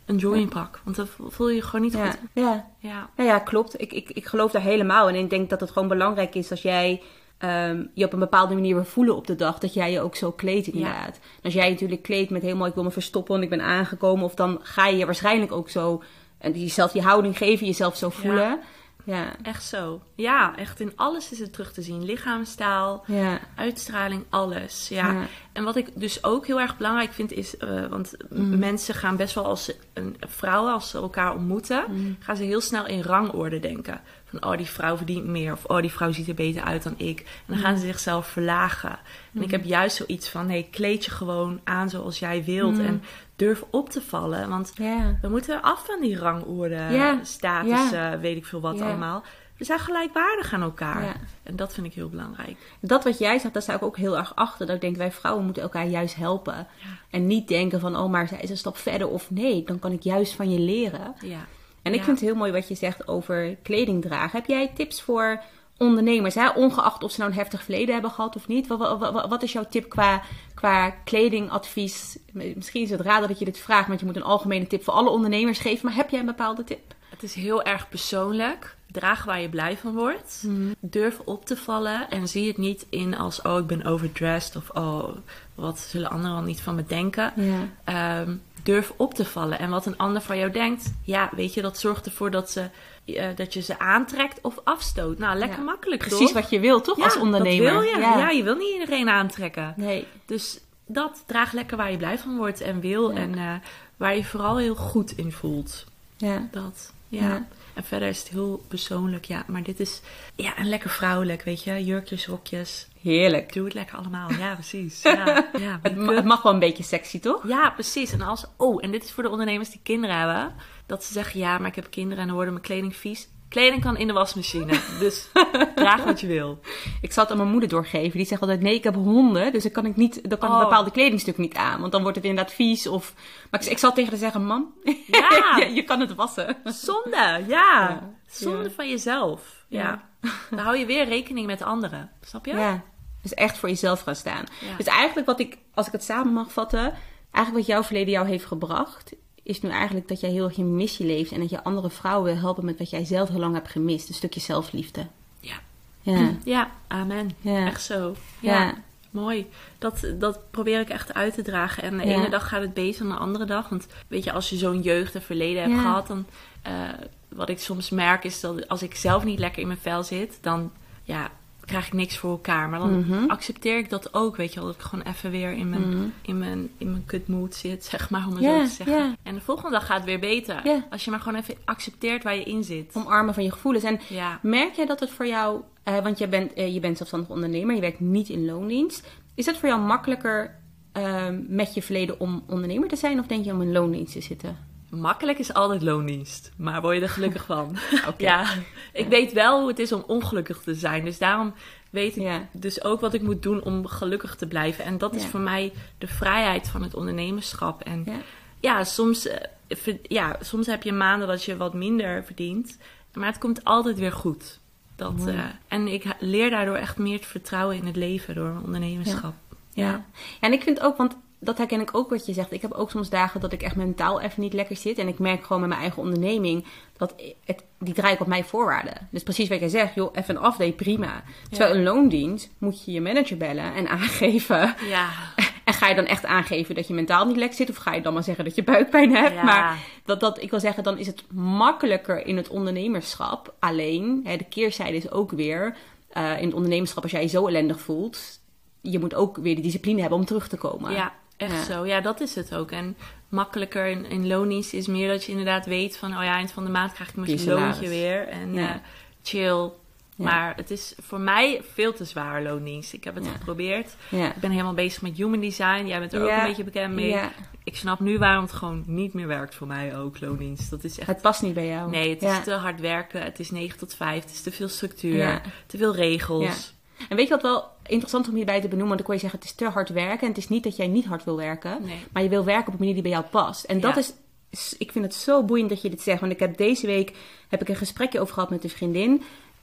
S1: een joggingpak. Want dan voel je je gewoon niet
S2: ja.
S1: goed.
S2: Ja.
S1: Ja.
S2: Nou ja, klopt. Ik, ik, ik geloof daar helemaal. En ik denk dat het gewoon belangrijk is als jij um, je op een bepaalde manier wil voelen op de dag. Dat jij je ook zo kleedt inderdaad. Ja. Als jij natuurlijk kleedt met helemaal ik wil me verstoppen want ik ben aangekomen. Of dan ga je je waarschijnlijk ook zo en jezelf die houding geven. Jezelf zo voelen. Ja. Ja.
S1: Echt zo. Ja, echt in alles is het terug te zien. Lichaamstaal, ja. uitstraling, alles. Ja. ja. En wat ik dus ook heel erg belangrijk vind is... Uh, want mm. mensen gaan best wel als een, vrouwen, als ze elkaar ontmoeten... Mm. gaan ze heel snel in rangorde denken. Van, oh, die vrouw verdient meer. Of, oh, die vrouw ziet er beter uit dan ik. En dan mm. gaan ze zichzelf verlagen. En mm. ik heb juist zoiets van... nee, kleed je gewoon aan zoals jij wilt. Mm. En durf op te vallen. Want yeah. we moeten af van die rangorde, yeah. status, yeah. weet ik veel wat yeah. allemaal. We zijn gelijkwaardig aan elkaar. Yeah. En dat vind ik heel belangrijk.
S2: Dat wat jij zegt, daar sta ik ook heel erg achter. Dat ik denk, wij vrouwen moeten elkaar juist helpen. Ja. En niet denken van, oh, maar zij is een stap verder of nee. Dan kan ik juist van je leren. Ja. En ik ja. vind het heel mooi wat je zegt over kleding dragen. Heb jij tips voor ondernemers, hè? Ongeacht of ze nou een heftig verleden hebben gehad of niet? Wat, wat, wat is jouw tip qua, qua kledingadvies? Misschien is het raar dat je dit vraagt, want je moet een algemene tip voor alle ondernemers geven. Maar heb jij een bepaalde tip?
S1: Het is heel erg persoonlijk. Draag waar je blij van wordt. Mm. Durf op te vallen en zie het niet in als, oh, ik ben overdressed. Of, oh, wat zullen anderen wel niet van me denken. Yeah. Um, durf op te vallen. En wat een ander van jou denkt, ja, weet je, dat zorgt ervoor dat ze... Uh, dat je ze aantrekt of afstoot. Nou, lekker ja, makkelijk,
S2: precies
S1: toch?
S2: Precies wat je wil, toch? Ja, als ondernemer.
S1: Dat wil je. Ja. ja, je wil niet iedereen aantrekken. Nee. Dus dat, draag lekker waar je blij van wordt en wil. Ja. En uh, waar je vooral heel goed in voelt. Ja. Dat, ja. ja. En verder is het heel persoonlijk, ja. Maar dit is, ja, en lekker vrouwelijk, weet je. Jurkjes, rokjes.
S2: Heerlijk.
S1: Doe het lekker allemaal. Ja, precies. Ja, ja,
S2: het, ma- het mag wel een beetje sexy, toch?
S1: Ja, precies. En als, oh, en dit is voor de ondernemers die kinderen hebben. Dat ze zeggen, ja, maar ik heb kinderen en dan worden mijn kleding vies. Kleding kan in de wasmachine. Dus draag wat je wil.
S2: Ik zal het aan mijn moeder doorgeven. Die zegt altijd, nee, ik heb honden. Dus dan kan ik, niet, dan kan oh. ik bepaalde kledingstuk niet aan. Want dan wordt het inderdaad vies. Of... Maar ik, ik zal tegen haar zeggen, mam, ja. je, je kan het wassen.
S1: Zonde, ja. ja. Zonde ja. van jezelf. Ja. ja. Dan hou je weer rekening met anderen. Snap je?
S2: Ja. Dus echt voor jezelf gaan staan. Ja. Dus eigenlijk wat ik, als ik het samen mag vatten... Eigenlijk wat jouw verleden jou heeft gebracht... is nu eigenlijk dat jij heel erg je missie leeft... en dat je andere vrouwen wil helpen met wat jij zelf heel lang hebt gemist. Een stukje zelfliefde.
S1: Ja. Ja, ja amen. Ja. Echt zo. Ja. ja. Mooi. Dat, dat probeer ik echt uit te dragen. En de ja. ene dag gaat het beter dan de andere dag. Want weet je, als je zo'n jeugd en verleden hebt ja. gehad... dan uh, wat ik soms merk is dat als ik zelf niet lekker in mijn vel zit... dan ja, krijg ik niks voor elkaar. Maar dan mm-hmm. accepteer ik dat ook, weet je wel. Dat ik gewoon even weer in mijn, mm-hmm. in mijn, in mijn kutmood zit, zeg maar, om het yeah, zo te zeggen. Yeah. En de volgende dag gaat het weer beter. Yeah. Als je maar gewoon even accepteert waar je in zit.
S2: Omarmen van je gevoelens. En ja. merk jij dat het voor jou... Uh, want je bent, uh, je bent zelfstandig ondernemer. Je werkt niet in loondienst. Is het voor jou makkelijker uh, met je verleden om ondernemer te zijn? Of denk je om in loondienst te zitten?
S1: Makkelijk is altijd loondienst, maar word je er gelukkig van? Okay. Ja, ik weet wel hoe het is om ongelukkig te zijn. Dus daarom weet ik ja. dus ook wat ik moet doen om gelukkig te blijven. En dat is ja. voor mij de vrijheid van het ondernemerschap. En ja, ja, soms, uh, ja soms heb je maanden dat je wat minder verdient. Maar het komt altijd weer goed. Dat, uh, en ik leer daardoor echt meer te vertrouwen in het leven door mijn ondernemerschap.
S2: Ja, ja. ja. en ik vind ook, want... Dat herken ik ook wat je zegt. Ik heb ook soms dagen dat ik echt mentaal even niet lekker zit. En ik merk gewoon met mijn eigen onderneming... dat het, die draai ik op mijn voorwaarden. Dus precies wat jij zegt. Joh, even een afday, prima. Terwijl ja. een loondienst moet je je manager bellen en aangeven. Ja. En ga je dan echt aangeven dat je mentaal niet lekker zit? Of ga je dan maar zeggen dat je buikpijn hebt? Ja. Maar dat, dat, ik wil zeggen, dan is het makkelijker in het ondernemerschap. Alleen, hè, de keerzijde is ook weer... Uh, in het ondernemerschap, als jij je zo ellendig voelt... je moet ook weer de discipline hebben om terug te komen.
S1: Ja. Echt ja. zo, ja, dat is het ook. En makkelijker in, in loondienst is meer dat je inderdaad weet van... oh ja, eind van de maand krijg ik mijn loontje weer. En ja. uh, chill. Ja. Maar het is voor mij veel te zwaar, loondienst. Ik heb het ja. geprobeerd. Ja. Ik ben helemaal bezig met human design. Jij bent er ja. ook een beetje bekend mee. Ja. Ik snap nu waarom het gewoon niet meer werkt voor mij ook, loondienst. Dat is echt...
S2: Het past niet bij jou.
S1: Nee, het ja. is te hard werken. Het is negen tot vijf. Het is te veel structuur. Ja. Te veel regels. Ja.
S2: En weet je wat wel interessant om hierbij te benoemen? Want dan kon je zeggen, het is te hard werken. En het is niet dat jij niet hard wil werken. Nee. Maar je wil werken op een manier die bij jou past. En dat ja. is, ik vind het zo boeiend dat je dit zegt. Want ik heb deze week heb ik een gesprekje over gehad met een vriendin.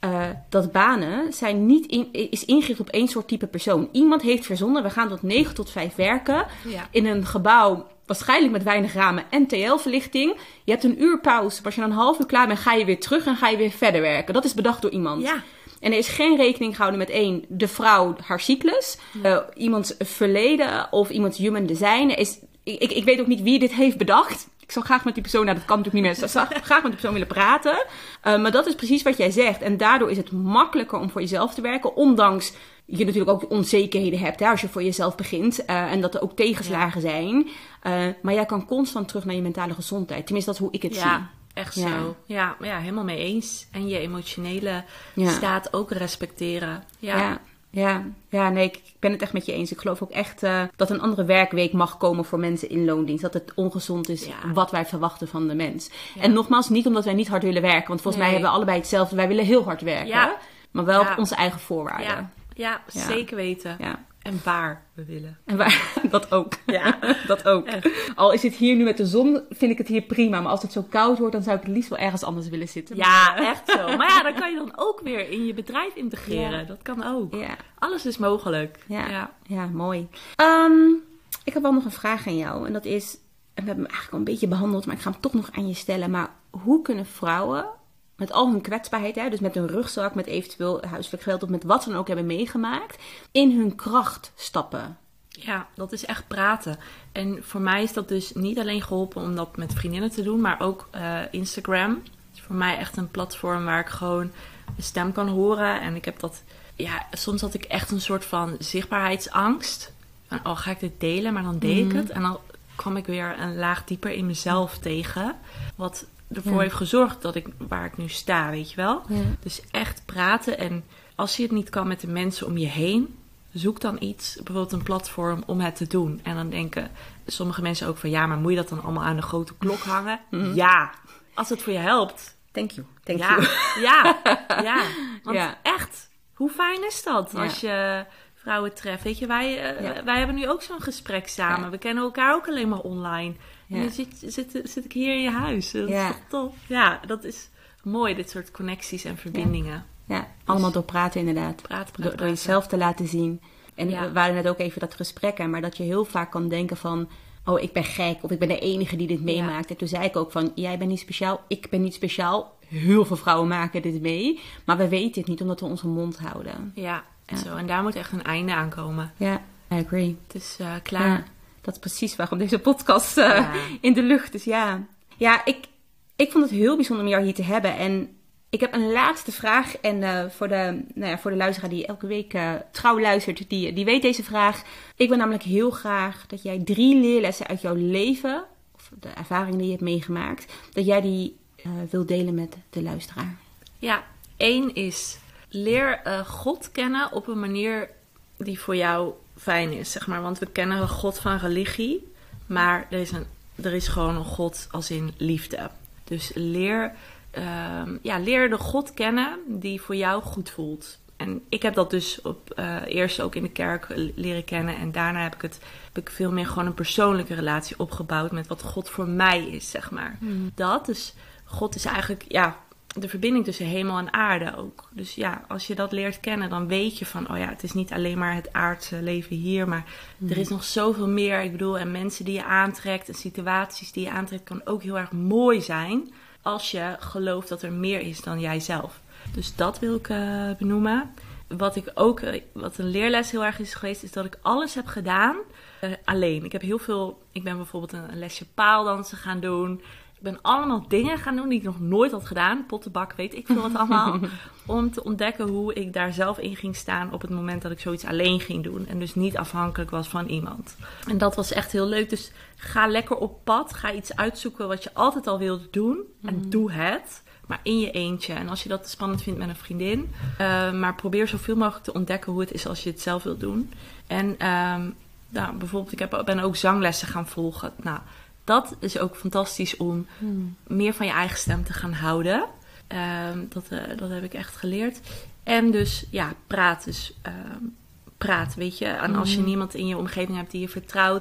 S2: uh, dat banen zijn niet in, is ingericht op één soort type persoon. Iemand heeft verzonnen, we gaan tot negen tot vijf werken. Ja. In een gebouw, waarschijnlijk met weinig ramen en T L-verlichting. Je hebt een uur pauze. Als je dan een half uur klaar bent, ga je weer terug en ga je weer verder werken. Dat is bedacht door iemand.
S1: Ja.
S2: En er is geen rekening gehouden met één, de vrouw, haar cyclus. Ja. Uh, iemands verleden of iemands human design. Is, ik, ik weet ook niet wie dit heeft bedacht. Ik zou graag met die persoon, nou dat kan natuurlijk niet meer, ik zou graag met die persoon willen praten. Uh, maar dat is precies wat jij zegt. En daardoor is het makkelijker om voor jezelf te werken. Ondanks je natuurlijk ook onzekerheden hebt, hè, als je voor jezelf begint. Uh, en dat er ook tegenslagen ja. zijn. Uh, maar jij kan constant terug naar je mentale gezondheid. Tenminste, dat is hoe ik het
S1: ja.
S2: zie.
S1: Echt
S2: ja.
S1: zo. Ja, ja, helemaal mee eens. En je emotionele ja. staat ook respecteren. Ja.
S2: ja. Ja, ja, nee, ik ben het echt met je eens. Ik geloof ook echt uh, dat een andere werkweek mag komen voor mensen in loondienst. Dat het ongezond is ja. wat wij verwachten van de mens. Ja. En nogmaals, niet omdat wij niet hard willen werken. Want volgens nee. mij hebben we allebei hetzelfde. Wij willen heel hard werken. Ja. Maar wel ja. op onze eigen voorwaarden.
S1: Ja, ja, ja. zeker weten. Ja. En waar we willen.
S2: En waar, dat ook. Ja, dat ook. Echt. Al is het hier nu met de zon, vind ik het hier prima. Maar als het zo koud wordt, dan zou ik het liefst wel ergens anders willen zitten.
S1: Ja, echt zo. Maar ja, dan kan je dan ook weer in je bedrijf integreren. Ja. Dat kan ook. Ja. Alles is mogelijk.
S2: Ja, ja. ja mooi. Um, ik heb wel nog een vraag aan jou. En dat is, en we hebben hem eigenlijk al een beetje behandeld, maar ik ga hem toch nog aan je stellen. Maar hoe kunnen vrouwen met al hun kwetsbaarheid, hè, dus met hun rugzak, met eventueel huiselijk geweld of met wat ze dan ook hebben meegemaakt, in hun kracht stappen?
S1: Ja, dat is echt praten. En voor mij is dat dus niet alleen geholpen om dat met vriendinnen te doen, maar ook uh, Instagram. Het is voor mij echt een platform waar ik gewoon mijn stem kan horen. En ik heb dat, ja, soms had ik echt een soort van zichtbaarheidsangst. Van, oh, ga ik dit delen? Maar dan deed mm-hmm. ik het. En dan kwam ik weer een laag dieper in mezelf tegen. Wat ervoor ja. heeft gezorgd dat ik waar ik nu sta, weet je wel. Ja. Dus echt praten. En als je het niet kan met de mensen om je heen, zoek dan iets, bijvoorbeeld een platform om het te doen. En dan denken sommige mensen ook van, ja, maar moet je dat dan allemaal aan de grote klok hangen? Mm. Ja, als het voor je helpt.
S2: Thank you. Thank
S1: ja.
S2: you.
S1: Ja, ja. Want
S2: ja.
S1: echt, hoe fijn is dat
S2: ja.
S1: als je vrouwen treft? Weet je, wij, uh, ja. wij hebben nu ook zo'n gesprek samen.
S2: Ja.
S1: We kennen elkaar ook alleen maar online. Ja. En dan zit, zit, zit ik hier in je huis. Dat
S2: ja.
S1: is toch tof? Ja, dat is mooi, dit soort connecties en verbindingen.
S2: Ja, ja. allemaal door praten inderdaad.
S1: Praten, praten,
S2: door, door
S1: praten.
S2: jezelf te laten zien. En
S1: Ja.
S2: we hadden net ook even dat gesprek aan, maar dat je heel vaak kan denken van, oh, ik ben gek of ik ben de enige die dit meemaakt. Ja. En toen zei ik ook van, jij bent niet speciaal, ik ben niet speciaal. Heel veel vrouwen maken dit mee, maar we weten het niet omdat we onze mond houden.
S1: Ja, ja. Zo, en daar moet echt een einde aan komen.
S2: Ja, I agree.
S1: Het is uh, klaar.
S2: Ja, dat is precies waarom deze podcast uh, ja. in de lucht is. Ja, ja ik, ik vond het heel bijzonder om jou hier te hebben. En ik heb een laatste vraag. En uh, voor, de, nou ja, voor de luisteraar die elke week uh, trouw luistert, die, die weet deze vraag. Ik wil namelijk heel graag dat jij drie leerlessen uit jouw leven, of de ervaringen die je hebt meegemaakt, dat jij die uh, wilt delen met de luisteraar.
S1: Ja, één is, leer uh, God kennen op een manier die voor jou fijn is, zeg maar. Want we kennen een God van religie, maar er is, een, er is gewoon een God als in liefde. Dus leer, uh, ja, leer de God kennen die voor jou goed voelt. En ik heb dat dus op, uh, eerst ook in de kerk leren kennen. En daarna heb ik, het, heb ik veel meer gewoon een persoonlijke relatie opgebouwd met wat God voor mij is, zeg maar. Mm. Dat, dus God is eigenlijk, ja, de verbinding tussen hemel en aarde ook. Dus ja, als je dat leert kennen, dan weet je van, oh ja, het is niet alleen maar het aardse leven hier, maar mm. er is nog zoveel meer. Ik bedoel, en mensen die je aantrekt en situaties die je aantrekt, kan ook heel erg mooi zijn als je gelooft dat er meer is dan jijzelf. Dus dat wil ik uh, benoemen. Wat ik ook, uh, wat een leerles heel erg is geweest, is dat ik alles heb gedaan uh, alleen. Ik heb heel veel, ik ben bijvoorbeeld een, een lesje paaldansen gaan doen. Ik ben allemaal dingen gaan doen die ik nog nooit had gedaan. Pottenbak, weet ik veel wat allemaal. Om te ontdekken hoe ik daar zelf in ging staan op het moment dat ik zoiets alleen ging doen. En dus niet afhankelijk was van iemand. En dat was echt heel leuk. Dus ga lekker op pad. Ga iets uitzoeken wat je altijd al wilde doen. En mm. doe het. Maar in je eentje. En als je dat spannend vindt met een vriendin. Uh, maar probeer zoveel mogelijk te ontdekken hoe het is als je het zelf wilt doen. En um, nou, bijvoorbeeld, ik heb, ben ook zanglessen gaan volgen. Nou, dat is ook fantastisch om hmm. meer van je eigen stem te gaan houden. Um, dat, uh, dat heb ik echt geleerd. En dus, ja, praat. Dus uh, praat, weet je. En als je niemand in je omgeving hebt die je vertrouwt,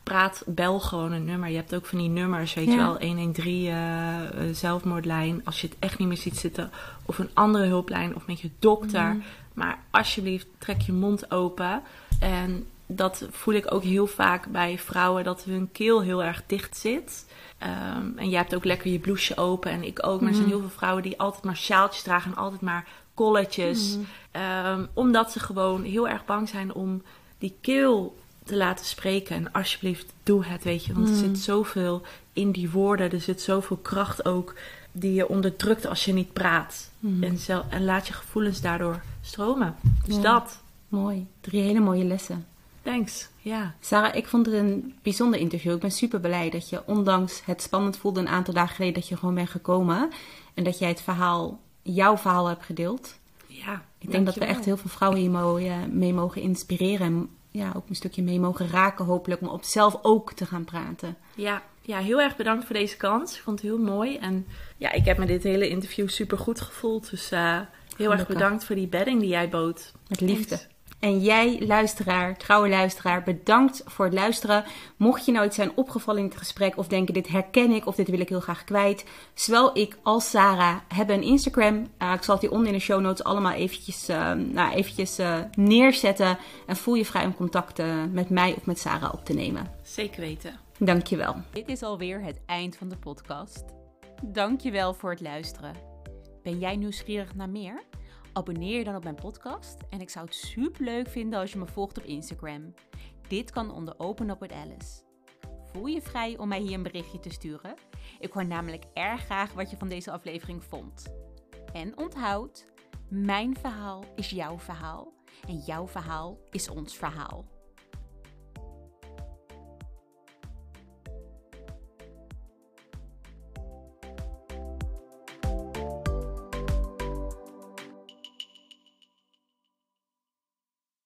S1: praat, bel gewoon een nummer. Je hebt ook van die nummers, weet
S2: Ja.
S1: je wel, honderddertien uh, uh, zelfmoordlijn. Als je het echt niet meer ziet zitten. Of een andere hulplijn of met je dokter.
S2: Mm.
S1: Maar alsjeblieft, trek je mond open. En dat voel ik ook heel vaak bij vrouwen, dat hun keel heel erg dicht zit. Um, en jij hebt ook lekker je blouseje open en ik ook. Maar er zijn heel veel vrouwen die altijd maar sjaaltjes dragen en altijd maar kolletjes. Mm. Um, omdat ze gewoon heel erg bang zijn om die keel te laten spreken. En alsjeblieft, doe het, weet je. Want mm. er zit zoveel in die woorden. Er zit zoveel kracht ook die je onderdrukt als je niet praat. Mm. En, zel- en laat je gevoelens daardoor stromen. Dus ja. dat.
S2: Mooi. Drie hele mooie lessen.
S1: Thanks, ja.
S2: Sarah, ik vond het een bijzonder interview. Ik ben super blij dat je, ondanks het spannend voelde een aantal dagen geleden, dat je gewoon bent gekomen. En dat jij het verhaal, jouw verhaal hebt gedeeld.
S1: Ja,
S2: ik denk dat we echt heel veel vrouwen hier mooi, uh, mee mogen inspireren. En ja, ook een stukje mee mogen raken hopelijk, om op zelf ook te gaan praten.
S1: Ja, ja, heel erg bedankt voor deze kans. Ik vond het heel mooi. En ja, ik heb me dit hele interview super goed gevoeld. Dus uh, heel Gelukkig. erg bedankt voor die bedding die jij bood.
S2: Met liefde. Thanks. En jij, luisteraar, trouwe luisteraar, bedankt voor het luisteren. Mocht je nou iets zijn opgevallen in het gesprek of denken, dit herken ik of dit wil ik heel graag kwijt. Zowel ik als Sarah hebben een Instagram. Uh, ik zal het hier onder in de show notes allemaal eventjes, uh, nou, eventjes uh, neerzetten. En voel je vrij om contact uh, met mij of met Sarah op te nemen.
S1: Zeker weten.
S2: Dankjewel. Dit is alweer het eind van de podcast. Dankjewel voor het luisteren. Ben jij nieuwsgierig naar meer? Abonneer je dan op mijn podcast en ik zou het super leuk vinden als je me volgt op Instagram. Dit kan onder Open Up with Alice. Voel je vrij om mij hier een berichtje te sturen? Ik hoor namelijk erg graag wat je van deze aflevering vond. En onthoud, mijn verhaal is jouw verhaal en jouw verhaal is ons verhaal.